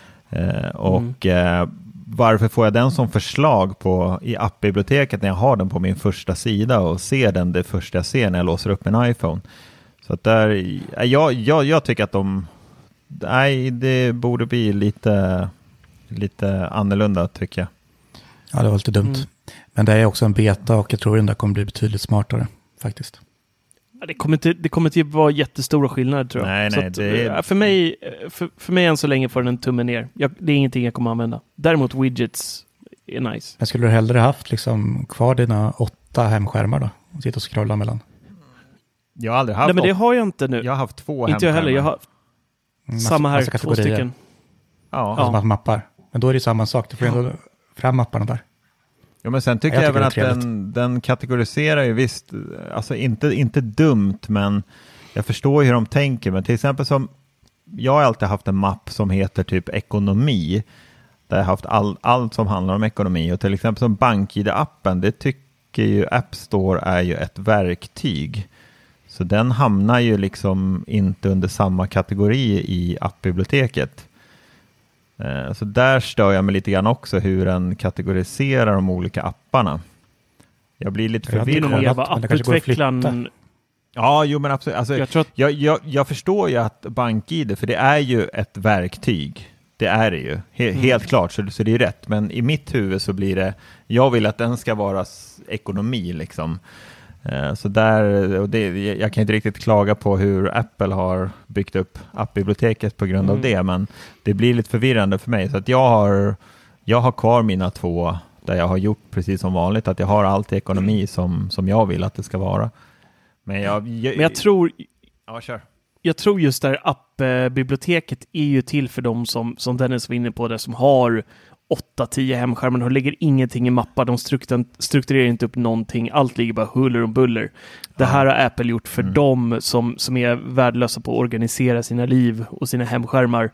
Varför får jag den som förslag i appbiblioteket när jag har den på min första sida och ser den det första jag ser när jag låser upp en iPhone? Så att jag tycker att det borde bli lite annorlunda, tycker jag. Ja, det var lite dumt. Men det är också en beta och jag tror den där kommer bli betydligt smartare faktiskt. Ja, det kommer inte vara jättestora skillnader, tror jag. Nej, för mig än så länge får den en tumme ner. Det är ingenting jag kommer använda. Däremot widgets är nice. Men skulle du hellre haft liksom kvar dina 8 hemskärmar då? Och sitta och scrolla mellan? Jag har aldrig haft. Nej, men det har jag inte nu. Jag har haft 2 hemskärmar. Inte hemskärmar. jag heller. Jag har samma här, 2 stycken. Ja. Alltså mappar. Men då är det samma sak. Du får ändå fram mapparna där. Ja, men sen tycker jag även att den kategoriserar ju visst, alltså inte dumt, men jag förstår hur de tänker. Men till exempel som, jag har alltid haft en mapp som heter typ ekonomi, där jag har haft allt som handlar om ekonomi. Och till exempel som BankID-appen, det tycker ju App Store är ju ett verktyg. Så den hamnar ju liksom inte under samma kategori i appbiblioteket. Så där stör jag mig lite grann också hur den kategoriserar de olika apparna. Jag blir lite förvirrad. Ja, jo men absolut. Alltså, jag förstår ju att BankID, för det är ju ett verktyg. Det är det ju. Helt klart, så det är ju rätt. Men i mitt huvud så blir det, jag vill att den ska vara ekonomi liksom. Så jag kan inte riktigt klaga på hur Apple har byggt upp appbiblioteket på grund av det, men det blir lite förvirrande för mig. Så att jag har kvar mina 2 där jag har gjort precis som vanligt, att jag har allt i ekonomi som jag vill att det ska vara. Men jag tror... Ja, kör. Jag tror just där appbiblioteket är ju till för dem som Dennis var inne på, där som har 8-10 hemskärmar och lägger ingenting i mappar. De strukturerar inte upp någonting. Allt ligger bara huller och buller. Det här har Apple gjort för dem som är värdelösa på att organisera sina liv och sina hemskärmar.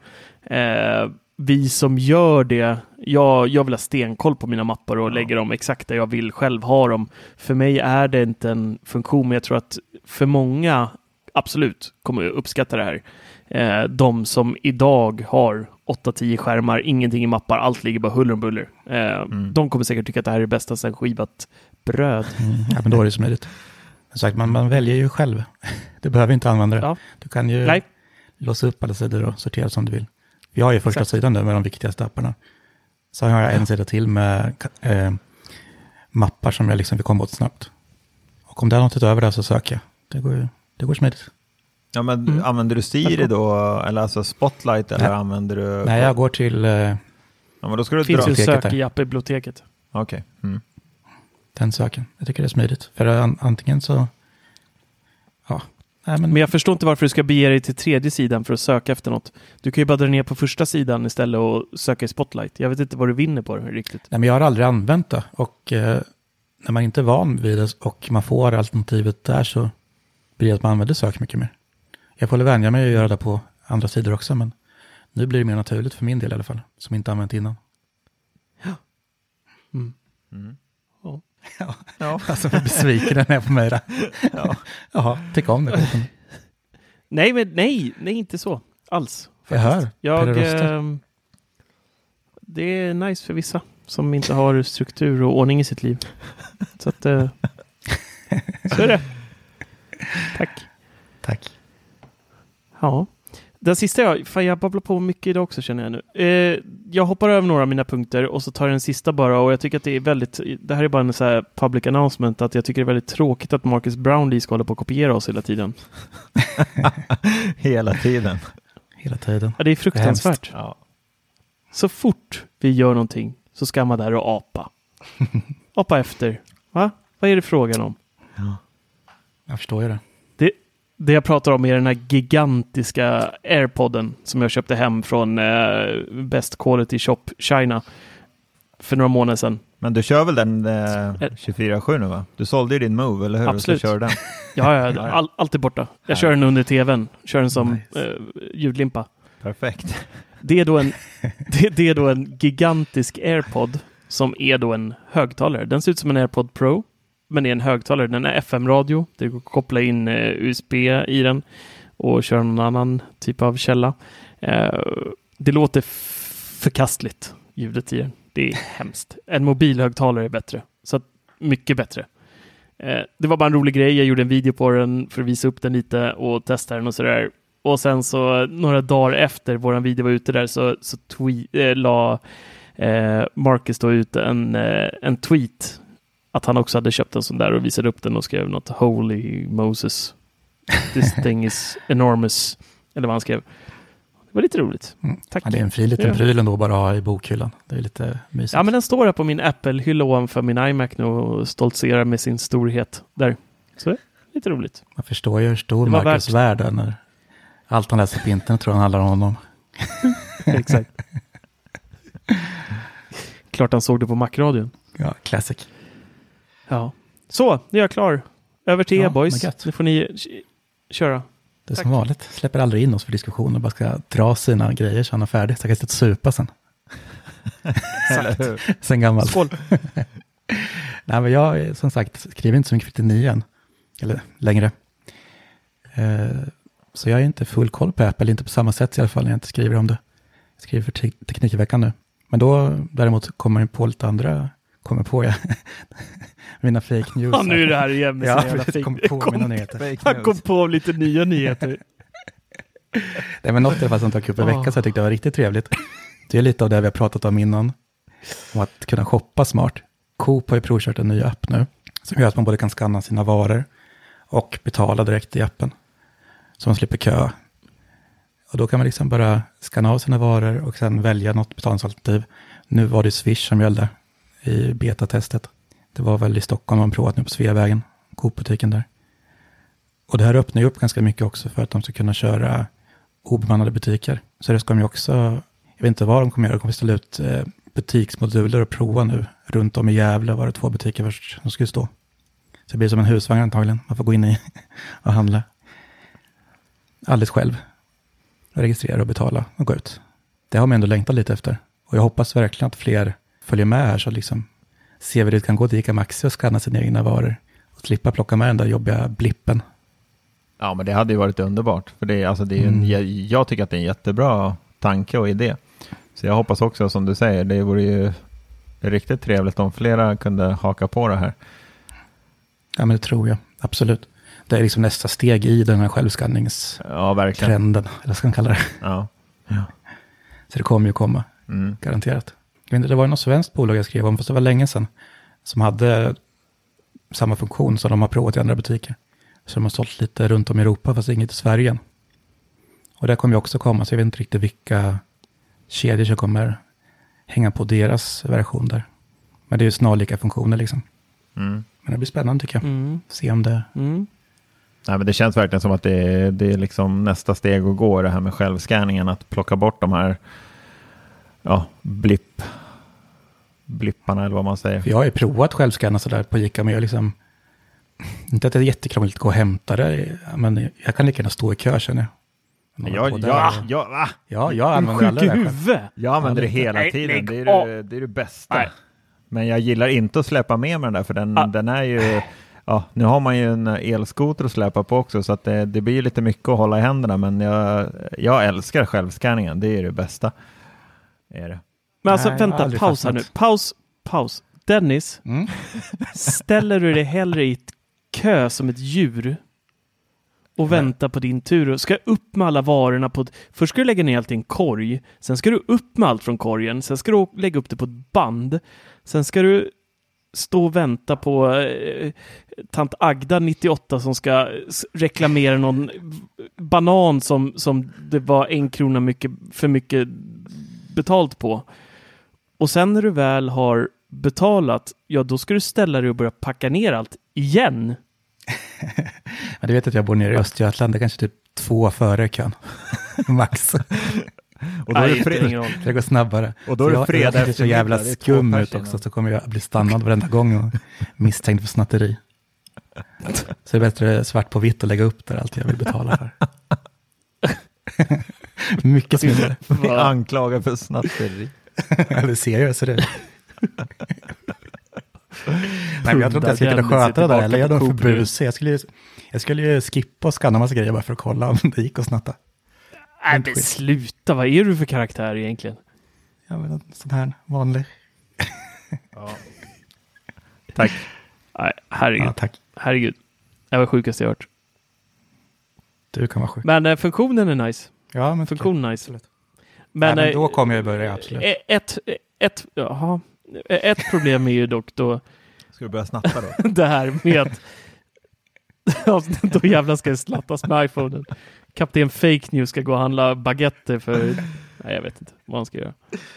Vi som gör det, jag vill ha stenkoll på mina mappar och lägga dem exakt där jag vill själv ha dem. För mig är det inte en funktion, men jag tror att för många absolut kommer uppskatta det här. De som idag har 8-10 skärmar, ingenting i mappar, allt ligger bara huller och buller. De kommer säkert tycka att det här är det bästa sen skivat bröd. Ja, men då är det smidigt. Sagt, man väljer ju själv. Du behöver inte använda det. Ja. Du kan ju låsa upp alla sidor och sortera som du vill. Vi har ju första sidan nu med de viktigaste apparna. Så har jag en sida till med mappar som jag liksom vill komma åt snabbt. Och om det är något utöver det så söker jag. Det går smidigt. Ja, men använder du Siri då, eller alltså Spotlight, eller använder du... Nej, jag går till... ja, men då ska du finns ju sök i appbiblioteket. Okej. Den söken. Jag tycker det är smidigt. För antingen så... Ja. Nej, men jag förstår inte varför du ska bege dig till 3:e sidan för att söka efter något. Du kan ju bara dra ner på första sidan istället och söka i Spotlight. Jag vet inte vad du vinner på det riktigt. Nej, men jag har aldrig använt det. Och när man inte är van vid det och man får alternativet där, så blir det att man använder sök mycket mer. Jag får vänja mig att göra det på andra sidor också, men nu blir det mer naturligt för min del i alla fall, som inte använt innan. Ja. Alltså för besviken den är på mig där. Jaha, tyck om det. Nej, inte så alls. Faktiskt. Jag hör. Det är nice för vissa som inte har struktur och ordning i sitt liv. Så att så är det. Tack. Ja. Den sista jag babblar på mycket idag också, känner jag nu. Jag hoppar över några av mina punkter och så tar jag den sista bara, och jag tycker att det är väldigt, det här är bara en så här public announcement, att jag tycker det är väldigt tråkigt att Marcus Brownlee ska hålla på att kopiera oss hela tiden. Hela tiden. Hela tiden. Ja, det är fruktansvärt. Ja. Så fort vi gör någonting, så ska man där och apa. Apa efter. Va? Vad är det frågan om? Ja. Jag förstår ju det. Det jag pratar om är den här gigantiska AirPodden som jag köpte hem från Best Quality Shop China för några månader sedan. Men du kör väl den 24/7 nu, va? Du sålde ju din Move, eller hur? Absolut. Så kör den. Ja, allt är borta. Jag kör den under tvn. Kör den som ljudlimpa. Perfekt. Det är då en gigantisk AirPod som är då en högtalare. Den ser ut som en AirPod Pro, men är en högtalare. Den är FM-radio. Det går att koppla in USB i den och köra någon annan typ av källa. Det låter förkastligt, ljudet i den. Det är hemskt. En mobilhögtalare är bättre. Så mycket bättre. Det var bara en rolig grej. Jag gjorde en video på den för att visa upp den lite och testa den och sådär. Och sen så några dagar efter våran video var ute där så la Marcus då ut en tweet att han också hade köpt en sån där och visade upp den och skrev något Holy Moses. This thing is enormous. Eller vad han skrev. Det var lite roligt. Tack. Ja, det är en fri liten pryl ändå bara att ha i bokhyllan. Det är lite mysigt. Ja, men den står här på min Apple-hylla ovanför min iMac nu och stoltserar med sin storhet där. Så det är lite roligt. Man förstår ju hur stor Marcus värld är när allt han läser på internet tror han handlar om honom. Exakt. Klart han såg det på Mac-radion. Ja, classic. Ja. Så, nu är jag klar. Över till er, boys. Nu får ni köra. Det är som vanligt. Släpper aldrig in oss för diskussion och bara ska dra sina grejer så han är färdig. Så jag kan sitta och supa sen. Sen gammalt. Skål. Nej, men jag som sagt skriver inte så mycket för 9 än. Eller längre. Så jag är inte full koll på Apple. Inte på samma sätt i alla fall när jag inte skriver om det. Jag skriver för Teknikveckan nu. Men då däremot kommer jag på lite andra. Kommer på mina fake news. Ja, nu är det här igen med Han kom på lite nya nyheter. Det är något i alla fall som tar upp en vecka så jag tyckte det var riktigt trevligt. Det är lite av det vi har pratat om innan. Om att kunna shoppa smart. Coop har ju provkört en ny app nu. Som gör att man både kan skanna sina varor och betala direkt i appen. Så man slipper kö. Och då kan man liksom bara skanna av sina varor och sen välja något betalningsalternativ. Nu var det Swish som gällde i betatestet. Det var väl i Stockholm man provat nu på Sveavägen, Coop-butiken där. Och det här öppnar ju upp ganska mycket också för att de ska kunna köra obemannade butiker. Så det ska de ju också, jag vet inte vad de kommer göra, de kommer ställa ut butiksmoduler och prova nu. Runt om i Gävle var det 2 butiker först som skulle stå. Så det blir som en husvagn antagligen, man får gå in i och handla. Alldeles själv. Registrera och betala och gå ut. Det har man ändå längtat lite efter. Och jag hoppas verkligen att fler följer med här så liksom ser vi det kan gå till ICA Maxi och skanna sina egna varor och slippa plocka med den där jobbiga blippen. Ja, men det hade ju varit underbart. För det är jag tycker att det är en jättebra tanke och idé. Så jag hoppas också, som du säger, det vore ju riktigt trevligt om flera kunde haka på det här. Ja, men det tror jag. Absolut. Det är liksom nästa steg i den här självskanningstrenden. Eller ska man kalla det? Ja. Så det kommer ju komma. Garanterat. Det var något svenskt bolag jag skrev om, fast det var länge sedan, som hade samma funktion som de har provat i andra butiker. Så de har sålt lite runt om i Europa, fast inget i Sverige. Och det kommer ju också komma, så jag vet inte riktigt vilka kedjor som kommer hänga på deras version där. Men det är ju snarlika funktioner liksom. Men det blir spännande tycker jag. Se om det... Nej, men det känns verkligen som att det är liksom nästa steg att gå, det här med självscanningen, att plocka bort de här blipparna eller vad man säger. För jag har ju provat självscanna sådär på ICA, men jag liksom inte att det är jättekrångligt att gå och hämta det, men jag kan lika gärna stå i kö känner jag. Jag använder alla det. Jag använder det hela tiden. Det är det bästa. Nej. Men jag gillar inte att släppa med mig den där, för den är ju... Ja, nu har man ju en elskoter att släppa på också, så att det blir lite mycket att hålla i händerna, men jag älskar självscanningen. Det är det bästa. Är det. Men alltså, vänta, paus här nu. Paus. Dennis, ställer du dig hellre i ett kö som ett djur och vänta på din tur och ska upp med alla varorna på... Först ska du lägga ner allt i en korg, sen ska du upp med allt från korgen, sen ska du lägga upp det på ett band, sen ska du stå och vänta på tant Agda 98 som ska reklamera någon banan som det var 1 krona för mycket betalt på. Och sen när du väl har betalat, ja då ska du ställa dig och börja packa ner allt igen. Men du vet att jag bor nere i Östergötland, det är kanske typ 2 före kön. Max. Och då är det går snabbare. Och då är det fredag efter så jävla skum ut också, så kommer jag bli stannad varenda gång och misstänkt för snatteri. Så det är bättre svart på vitt och lägga upp där allt jag vill betala för. Mycket smidigare. Vi anklagar för snatteri. Ja, det ser jag, så det. Nej, men jag tror inte jag skulle kunna sköta det där, eller jag är för busig. Jag skulle ju skippa och skanna massa grejer bara för att kolla om det gick att snatta. Nej, men sluta. Vad är du för karaktär egentligen? Ja, men en sån här vanlig. Ja. Tack. Nej, herregud. Ja, tack. Herregud. Det var sjukast jag hört. Du kan vara sjuk. Men funktionen är nice. Ja, men funktionen är nice. Absolut. Men, men då kommer jag börja, absolut. Ett problem är ju dock då... Ska du börja snatta då? Det här med att... då jävla ska det slattas med iPhonen. Kapten Fake News ska gå och handla baguetter för... Nej, jag vet inte vad han ska göra.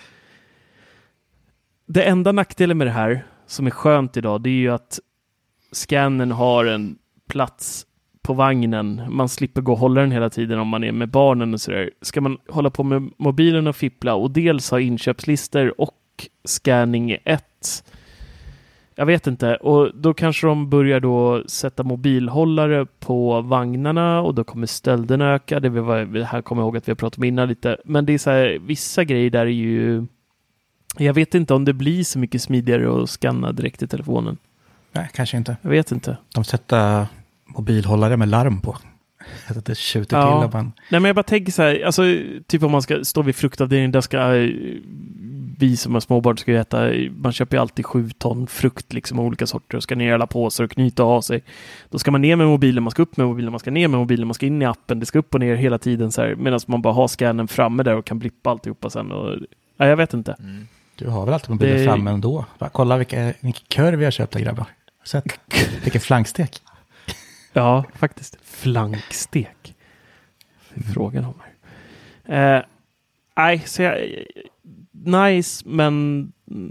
Det enda nackdelen med det här som är skönt idag, det är ju att scannern har en plats på vagnen. Man slipper gå och hålla den hela tiden om man är med barnen och sådär. Ska man hålla på med mobilen och fippla och dels ha inköpslistor och scanning i ett. Jag vet inte. Och då kanske de börjar då sätta mobilhållare på vagnarna och då kommer stölden öka. Det här kommer jag ihåg att vi har pratat om innan lite. Men det är så här, vissa grejer där är ju... Jag vet inte om det blir så mycket smidigare att scanna direkt i telefonen. Nej, kanske inte. Jag vet inte. De sätter mobilhållare med larm på. Att det skjuter till. Och man... Nej, men jag bara tänker så här, alltså typ om man ska stå vid fruktavdelningen, där ska vi som har småbarn ska äta, man köper ju alltid 7 ton frukt liksom, olika sorter och ska ner i alla påsar och knyta av sig. Då ska man ner med mobilen, man ska upp med mobilen, man ska ner med mobilen, man ska in i appen, det ska upp och ner hela tiden så här, medan man bara har scannen framme där och kan blippa alltihopa sen. Och, nej, jag vet inte. Mm. Du har väl alltid mobilen framme ändå? Bara, kolla vilka korv vi har köpt, grabbar. Sett vilken flankstek. Ja, faktiskt. Flankstek. Frågan om här. Nej, så jag... Nice, men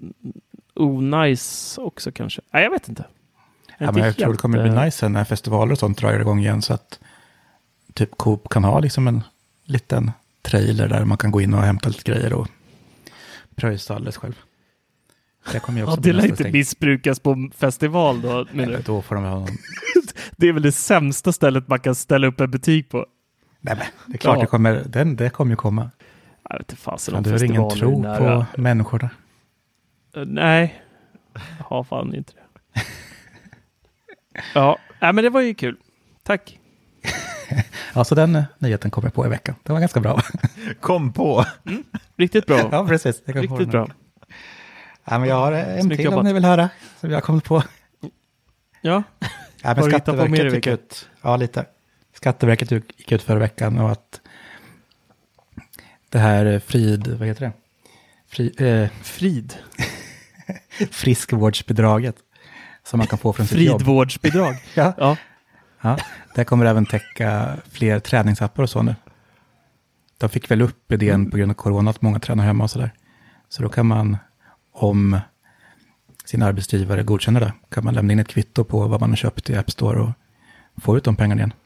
nice också kanske. Nej, jag vet inte. Ja, men jag tror det kommer bli nice när festivaler och sånt drar igång igen, så att typ Coop kan ha liksom en liten trailer där man kan gå in och hämta lite grejer och pröjsa alldeles själv. Det kommer ju också det lär inte missbrukas på festival då. Nej, då får de ha någon... Det är väl det sämsta stället man kan ställa upp en butik på. Nej, men det är klart det kommer ju komma. Jag vet inte fasen om du har ingen tro på människor där? Nej, jag har fan inte det. Ja, men det var ju kul. Tack. Ja, så den nyheten kom jag på i veckan. Det var ganska bra. Kom på. Riktigt bra. Ja, precis. Riktigt bra. Ja, men jag har en till om ni vill höra som jag har kommit på. Ja. Men Skatteverket gick ut. Ja, lite. Skatteverket gick ut förra veckan och att det här vad heter det? Frid. Friskvårdsbidraget som man kan få från sitt jobb. Fridvårdsbidrag. Ja. Det kommer även täcka fler träningsappar och så nu. De fick väl upp idén på grund av corona att många tränar hemma och sådär. Så då kan man, om sin arbetsgivare godkänner det, kan man lämna in ett kvitto på vad man har köpt i App Store och få ut de pengarna igen.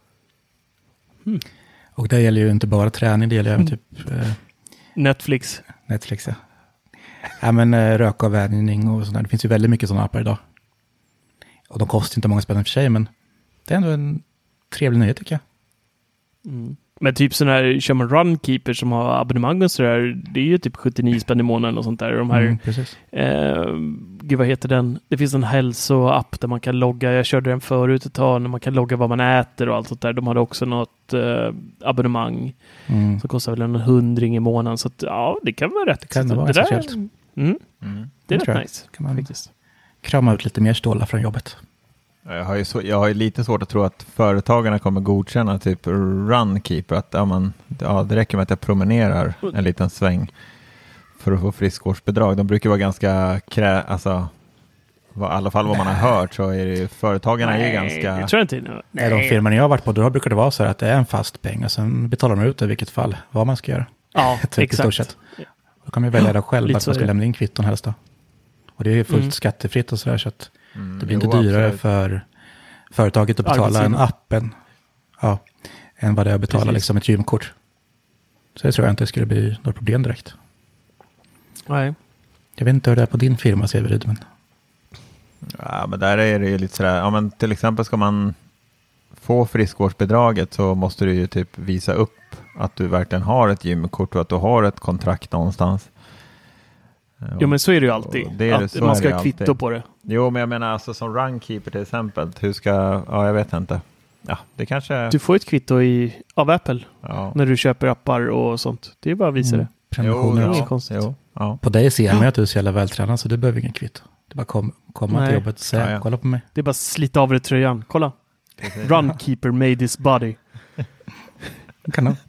Och det gäller ju inte bara träning, det gäller även typ... Netflix, ja. Ja, men rökavvänjning och sådär. Det finns ju väldigt mycket sådana appar idag. Och de kostar inte många spänn för sig, men det är ändå en trevlig nyhet tycker jag. Mm. Men typ sådana här, kör man Runkeeper som har abonnemang och sådär, det är ju typ 79 spänn i månaden och sånt där. De här, gud vad heter den? Det finns en hälsoapp där man kan logga, jag körde den förut ett tag, när man kan logga vad man äter och allt sånt där. De hade också något abonnemang som kostar väl en 100 i månaden. Så att, ja, det kan vara rätt. Det kan vara det speciellt. Det är rätt nice. Kan man faktiskt krama ut lite mer stålar från jobbet. Jag har ju lite svårt att tro att företagarna kommer godkänna typ Runkeeper, att det räcker med att jag promenerar en liten sväng för att få friskvårdsbidrag. De brukar vara ganska i alla fall vad man har hört, så är det företagarna är ganska... Nej, tror jag inte. Nej, de firmorna jag har varit på, då brukar det vara så att det är en fast peng och sen betalar de ut det i vilket fall, vad man ska göra. Ja, exakt. Och Då kan man välja det själv att man ska lämna in kvitton helst då. Och det är fullt skattefritt och sådär, så att det blir inte dyrare för företaget att betala en appen än vad det är att betala liksom ett gymkort. Så det tror jag inte skulle bli något problem direkt. Nej. Jag vet inte hur det är på din firma, Severid, men... Ja, men där är det ju lite sådär, ja men till exempel ska man få friskvårdsbidraget så måste du ju typ visa upp att du verkligen har ett gymkort och att du har ett kontrakt någonstans. Jo, men så är det ju alltid. Att man ska ha kvitto på det. Jo, men jag menar alltså som Runkeeper till exempel. Hur ska... Ja, jag vet inte. Ja, det kanske... Du får ett kvitto av Apple när du köper appar och sånt. Det är bara att visa det. Prenumerationer är konstigt. På dig ser man att du är så jävla vältränad så du behöver ingen kvitto. Det är bara komma till jobbet och säga, kolla på mig. Det är bara slita av dig tröjan. Kolla. Runkeeper made this body. Kan du?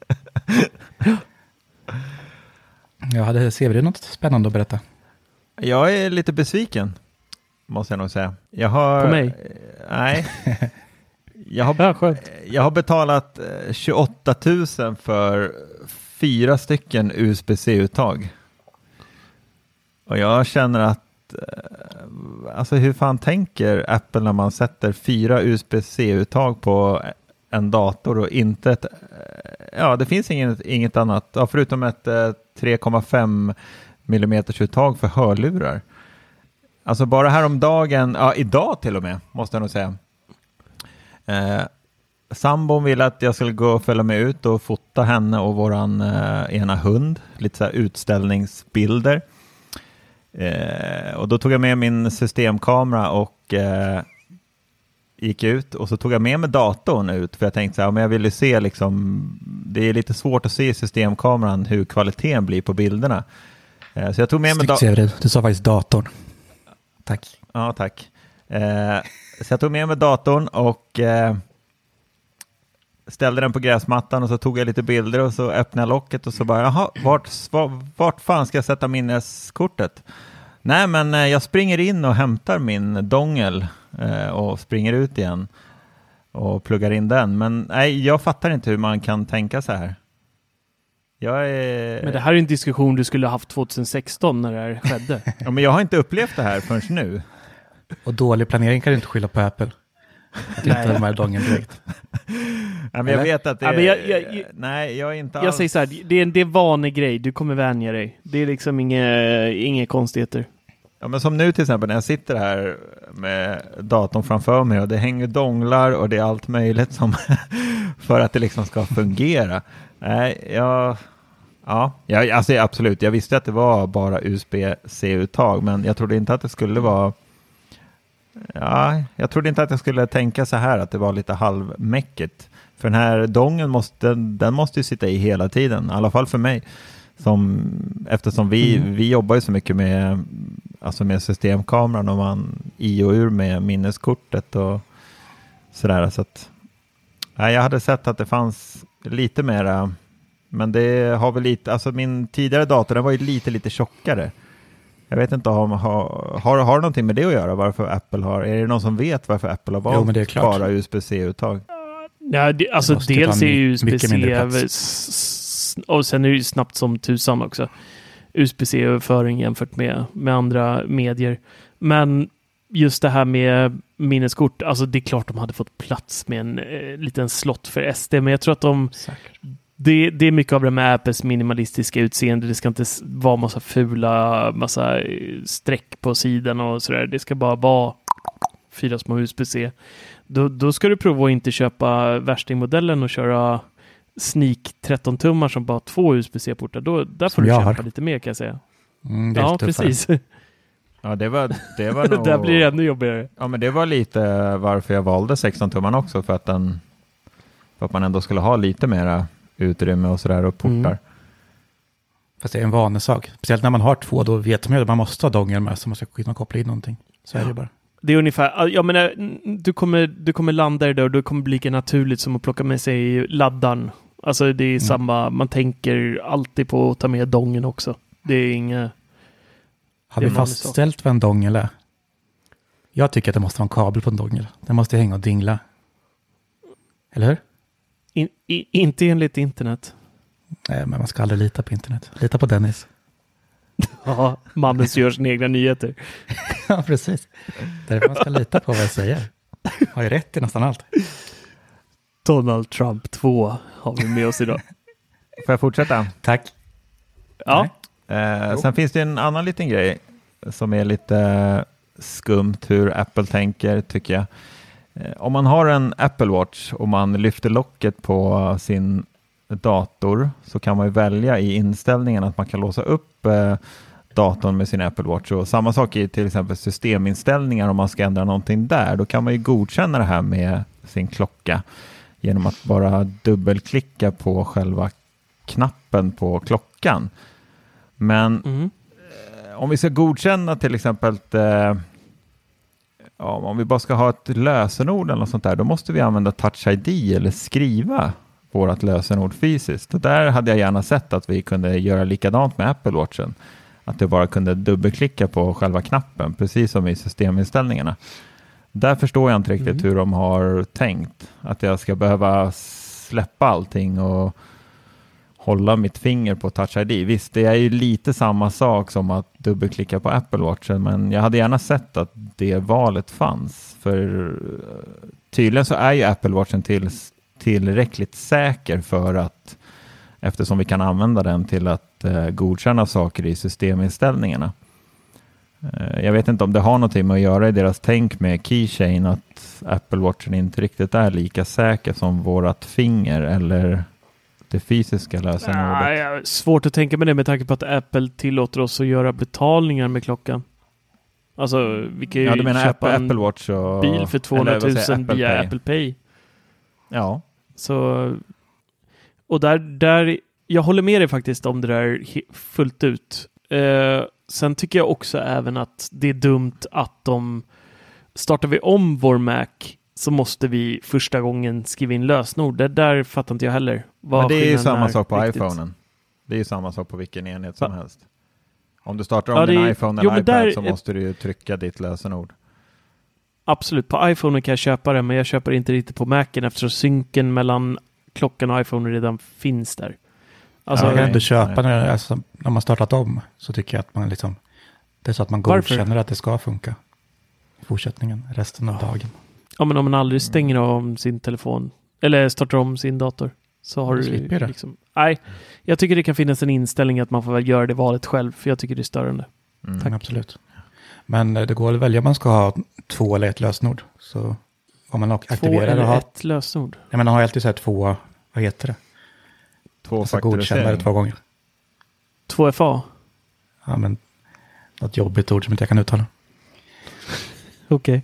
Jag hade Severin något spännande att berätta. Jag är lite besviken, måste jag nog säga. Jag har... På mig? Nej. Jag har betalat 28 000 för 4 stycken USB-C-uttag. Och jag känner att alltså hur fan tänker Apple när man sätter 4 USB-C-uttag på en dator och inte ett... Ja, det finns inget annat. Ja, förutom ett 3,5 mm-uttag för hörlurar. Alltså bara häromdagen, idag till och med, måste jag nog säga. Sambon ville att jag skulle gå och följa med ut och fota henne och våran ena hund. Lite så här utställningsbilder. Och då tog jag med min systemkamera och gick ut. Och så tog jag med mig datorn ut. För jag tänkte så här, men jag ville se liksom... Det är lite svårt att se i systemkameran hur kvaliteten blir på bilderna. Så jag tog med mig du sa faktiskt datorn. Tack. Ja, tack. Så jag tog med mig datorn och ställde den på gräsmattan och så tog jag lite bilder och så öppnade jag locket och så bara, jaha, vart fan ska jag sätta minneskortet? Nej, men jag springer in och hämtar min dongel och springer ut igen och pluggar in den. Men nej, jag fattar inte hur man kan tänka så här. Men det här är en diskussion du skulle ha haft 2016 när det här skedde. Ja, men jag har inte upplevt det här förrän nu. Och dålig planering kan du inte skylla på Apple. Att inte de här dongen direkt. Ja, men jag vet att det är... Nej, jag är inte alls... Jag säger så här, det är en vanlig grej. Du kommer vänja dig. Det är liksom inga konstigheter. Ja, men som nu till exempel när jag sitter här med datorn framför mig och det hänger donglar och det är allt möjligt som för att det liksom ska fungera. Nej, alltså absolut. Jag visste att det var bara USB-C-uttag, men jag trodde inte att det skulle vara... Ja, jag trodde inte att jag skulle tänka så här att det var lite halvmäckigt. För den här dongen måste ju sitta i hela tiden, i alla fall för mig. Eftersom vi jobbar ju så mycket med systemkameran och man i och ur med minneskortet och sådär. Så att, jag hade sett att det fanns lite mera, men det har väl lite, alltså min tidigare dator den var ju lite tjockare. Jag vet inte om har någonting med det att göra varför Apple har, är det någon som vet varför Apple har valt bara USB-C-uttag? Ja, alltså dels är USB-C och sen är det ju snabbt som tusan också. USB-C-överföring jämfört med andra medier. Men just det här med minneskort, alltså det är klart de hade fått plats med en liten slott för SD, men jag tror att det är mycket av det med Apples minimalistiska utseende. Det ska inte vara massa streck på sidan och sådär. Det ska bara vara 4 små USB-C. Då ska du prova att inte köpa värstingmodellen och köra Sneak 13-tummar som bara 2 USB-C-portar. Där får du köpa lite mer, kan jag säga. Ja, precis. Ja, det var nog... Där blir det ännu jobbigare. Ja, men det var lite varför jag valde 16-tumman också. För att man ändå skulle ha lite mera utrymme och sådär och portar. Fast det är en vanesak. Speciellt när man har 2, då vet man ju att man måste ha dongeln med så man ska kunna koppla in någonting. Så är det bara. Det är ungefär, jag menar, du kommer landa i det och det kommer bli lika naturligt som att plocka med sig laddaren. Alltså det är samma, man tänker alltid på att ta med dongen också. Det är inga... Har vi fastställt vad en dongel är? Jag tycker att det måste vara en kabel på en dongel. Den måste hänga och dingla. Eller hur? Inte enligt internet. Nej, men man ska aldrig lita på internet. Lita på Dennis. Ja, mannen som gör sina egna nyheter. Ja, precis. Därför man ska lita på vad jag säger. Har ju rätt i nästan allt. Donald Trump 2 har vi med oss idag. Får jag fortsätta? Tack. Ja. Sen finns det en annan liten grej som är lite skumt hur Apple tänker, tycker jag. Om man har en Apple Watch och man lyfter locket på sin dator så kan man ju välja i inställningen att man kan låsa upp datorn med sin Apple Watch. Och samma sak i till exempel systeminställningar, om man ska ändra någonting där, då kan man ju godkänna det här med sin klocka genom att bara dubbelklicka på själva knappen på klockan. Men om vi ska godkänna till exempel om vi bara ska ha ett lösenord eller något sånt där, då måste vi använda Touch ID eller skriva vårt lösenord fysiskt. Och där hade jag gärna sett att vi kunde göra likadant med Apple Watchen. Att du bara kunde dubbelklicka på själva knappen, precis som i systeminställningarna. Där förstår jag inte riktigt hur de har tänkt. Att jag ska behöva släppa allting och hålla mitt finger på Touch ID. Visst, det är ju lite samma sak som att dubbelklicka på Apple Watchen, men jag hade gärna sett att det valet fanns. För tydligen så är ju Apple Watchen tillräckligt säker för att, eftersom vi kan använda den till att godkänna saker i systeminställningarna. Jag vet inte om det har någonting med att göra i deras tänk med keychain, att Apple Watchen inte riktigt är lika säker som vårat finger eller det fysiska lösenordet. Svårt att tänka med det med tanke på att Apple tillåter oss att göra betalningar med klockan. Alltså, vi kan ju du menar köpa Apple Watch och bil för 200 000 Apple via Pay. Apple Pay. Ja. Så, och där jag håller med dig faktiskt om det där fullt ut. Sen tycker jag också även att det är dumt att startar vi om vår Mac så måste vi första gången skriva in lösenord. Det där fattar inte jag heller. Men det är ju samma sak på iPhonen. Det är ju samma sak på vilken enhet som helst. Om du startar om din iPhone eller iPad så måste du ju trycka ditt lösenord. Absolut, på iPhone kan jag köpa det, men jag köper inte riktigt på Macen eftersom synken mellan klockan och iPhone redan finns där. Alltså, jag kan inte köpa när man startat om, så tycker jag att man liksom, det är så att man godkänner att det ska funka i fortsättningen, resten av dagen. Ja, men om man aldrig stänger om sin telefon eller startar om sin dator så har du liksom... Nej, jag tycker det kan finnas en inställning att man får väl göra det valet själv, för jag tycker det är störande. Tack. Absolut. Men det går att välja om man ska ha 2 eller 1 lösenord. Så om man aktiverar och har ett lösenord. Nej, men man har alltid så här 2, vad heter det? 2 godkännare 2 gånger. 2FA? Ja, men något jobbigt ord som inte jag kan uttala. Okej.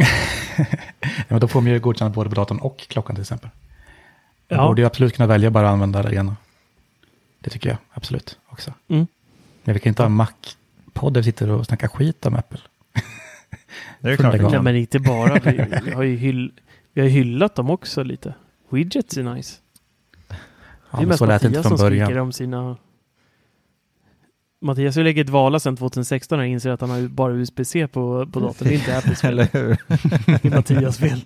Men då får man ju godkänna både på datorn och klockan till exempel. Man borde ju absolut kunna välja bara att använda det ena. Det tycker jag absolut också. Men vi kan inte ha en Mac-podd där vi sitter och snackar skit om Apple. Det är klart. Nej, men inte bara. Vi har ju hyllat dem också lite. Widgets är nice. Ja, det är mest Mattias som skriker om sina... Mattias har lägger ett vala sedan 2016 och inser att han har bara USB-C på datorn. Det är inte Apples fel. Eller hur? Det är Mattias fel.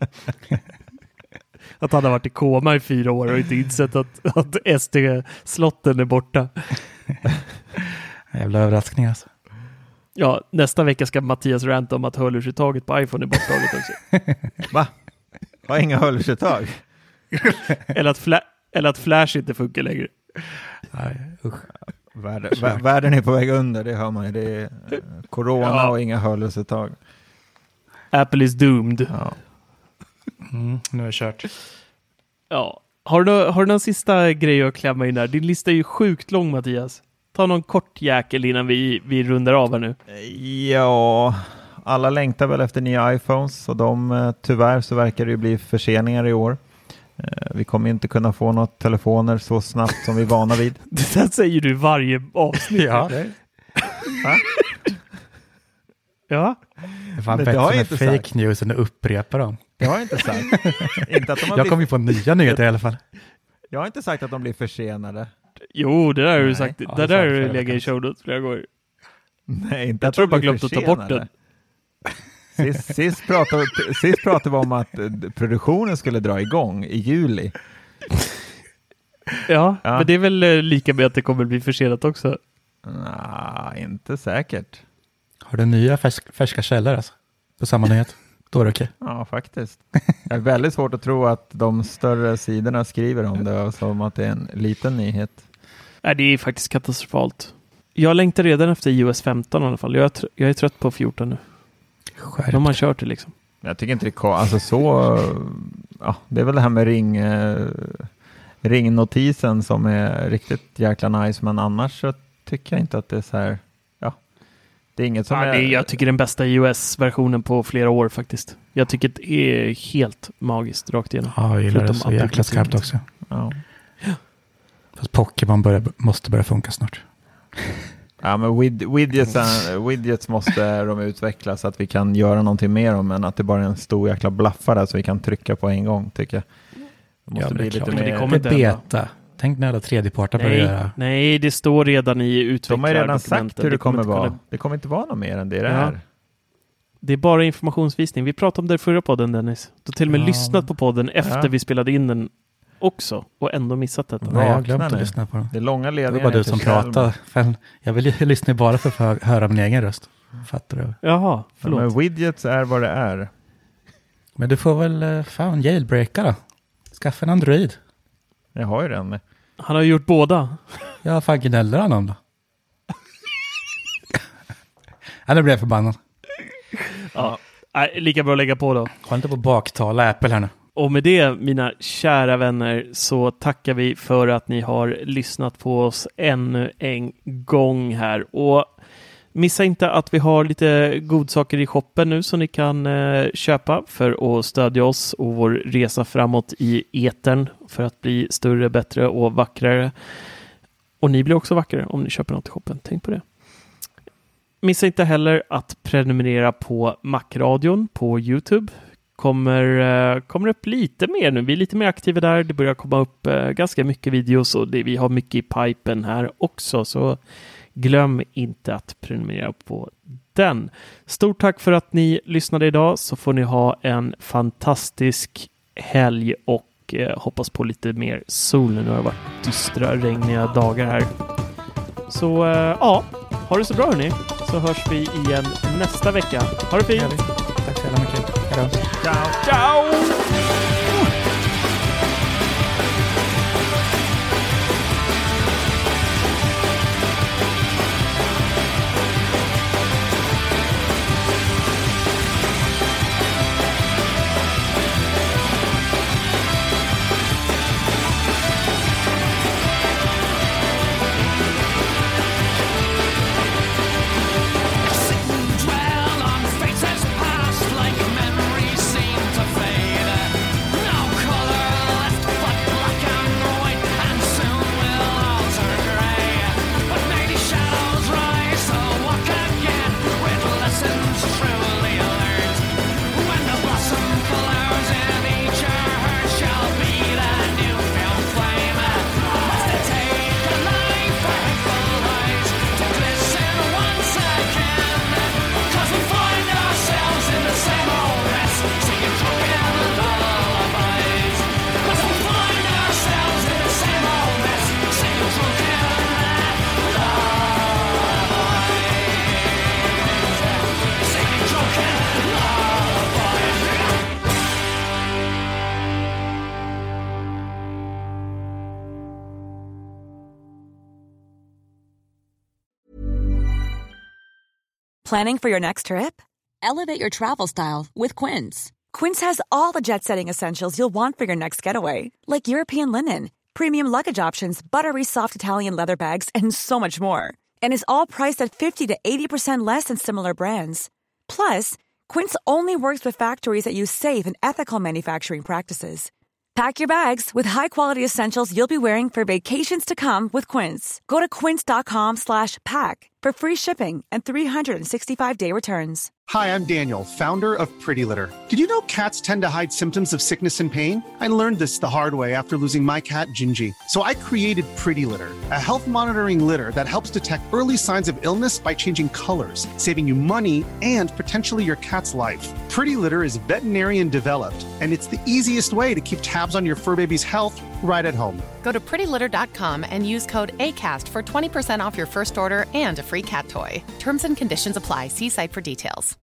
Att han har varit i koma i 4 år och inte insett att SD-slotten är borta. Jävla överraskning alltså. Ja, nästa vecka ska Mattias ranta om att hörlursuttaget på iPhone är borttaget också. Va? Har inga hörlursuttag? eller att Flash inte funkar längre. Nej, usch. Världen är på väg under, det hör man ju. Det är corona och inga hörlursuttag. Apple is doomed. Ja. Nu är det kört. Ja. Har du någon sista grej att klämma in där? Din lista är ju sjukt lång, Mattias. Ta någon kort jäkel innan vi rundar av här nu. Ja, alla längtar väl efter nya iPhones och tyvärr så verkar det ju bli förseningar i år. Vi kommer inte kunna få några telefoner så snabbt som vi är vana vid. Det där säger du varje avsnitt. Ja. Ja. Det var bättre med fake news än att upprepa dem. Det har jag inte sagt. Inte att jag kommer ju få nya nyheter i alla fall. Jag har inte sagt att de blir försenade. Jo, det där har du sagt. Det där har du legat i show notes flera gånger. Nej, inte jag tror bara glömt att ta bort den. Sist pratade vi om att produktionen skulle dra igång i juli. Ja, men det är väl lika med att det kommer bli försenat också. Nej, inte säkert. Har du nya färska källor alltså? På samma nyhet? Då är det okej. Ja, faktiskt. Det är väldigt svårt att tro att de större sidorna skriver om det som att det är en liten nyhet. Nej, det är faktiskt katastrofalt. Jag längtar redan efter iOS 15 i alla fall. Jag är trött på 14 nu. Skärp. De har kört det liksom. Jag tycker inte det är alltså så... Ja, det är väl det här med ringnotisen som är riktigt jäkla nice. Men annars så tycker jag inte att det är så här... Ja, det är inget som jag tycker den bästa iOS-versionen på flera år faktiskt. Jag tycker det är helt magiskt rakt igenom. Ja, jag gillar det så jäkla skarpt också. Ja. Fast Pokémon måste börja funka snart. Ja, men widgets måste de utveckla så att vi kan göra någonting mer om, men att det bara är en stor jäkla blaffare så vi kan trycka på en gång, tycker jag. Det måste bli lite mer... Det kommer inte beta. Tänk när alla tredjeparter börjar göra. Nej, det står redan i utvecklardokumenten. De har redan sagt hur det kommer vara. Det kommer inte vara något mer än det här. Det är bara informationsvisning. Vi pratade om det i förra podden, Dennis. Du har till och med lyssnat på podden efter vi spelade in den också och ändå missat detta. Nej, jag har glömt att lyssna på den. Det är långa ledningar. Det var bara du som pratade. Jag vill ju lyssna bara för att höra min egen röst. Fattar du? Jaha, förlåt. Men widgets är vad det är. Men du får väl fan jailbreaka då. Skaffa en Android. Jag har ju den. Han har gjort båda. Ja, fan gnäller han om då. Nu blir jag förbannad. Ja, lika bra att lägga på då. Har inte på baktala Apple här nu. Och med det, mina kära vänner, så tackar vi för att ni har lyssnat på oss ännu en gång här. Och missa inte att vi har lite godsaker i shoppen nu som ni kan köpa för att stödja oss och vår resa framåt i etern för att bli större, bättre och vackrare. Och ni blir också vackrare om ni köper något i shoppen. Tänk på det. Missa inte heller att prenumerera på Macradion på YouTube. Kommer upp lite mer nu. Vi är lite mer aktiva där. Det börjar komma upp ganska mycket videos och vi har mycket i pipen här också. Så glöm inte att prenumerera på den. Stort tack för att ni lyssnade idag, så får ni ha en fantastisk helg och hoppas på lite mer sol. Nu har det varit dystra, regniga dagar här. Så ha det så bra hörni. Så hörs vi igen nästa vecka. Ha det fint! Tack så jävla mycket. Hej då. Ciao! Ciao! Planning for your next trip? Elevate your travel style with Quince. Quince has all the jet-setting essentials you'll want for your next getaway, like European linen, premium luggage options, buttery soft Italian leather bags, and so much more. And is all priced at 50 to 80% less than similar brands. Plus, Quince only works with factories that use safe and ethical manufacturing practices. Pack your bags with high-quality essentials you'll be wearing for vacations to come with Quince. Go to quince.com/pack for free shipping and 365-day returns. Hi, I'm Daniel, founder of Pretty Litter. Did you know cats tend to hide symptoms of sickness and pain? I learned this the hard way after losing my cat, Gingy. So I created Pretty Litter, a health monitoring litter that helps detect early signs of illness by changing colors, saving you money and potentially your cat's life. Pretty Litter is veterinarian developed, and it's the easiest way to keep tabs on your fur baby's health right at home. Go to prettylitter.com and use code ACAST for 20% off your first order and a free cat toy. Terms and conditions apply. See site for details.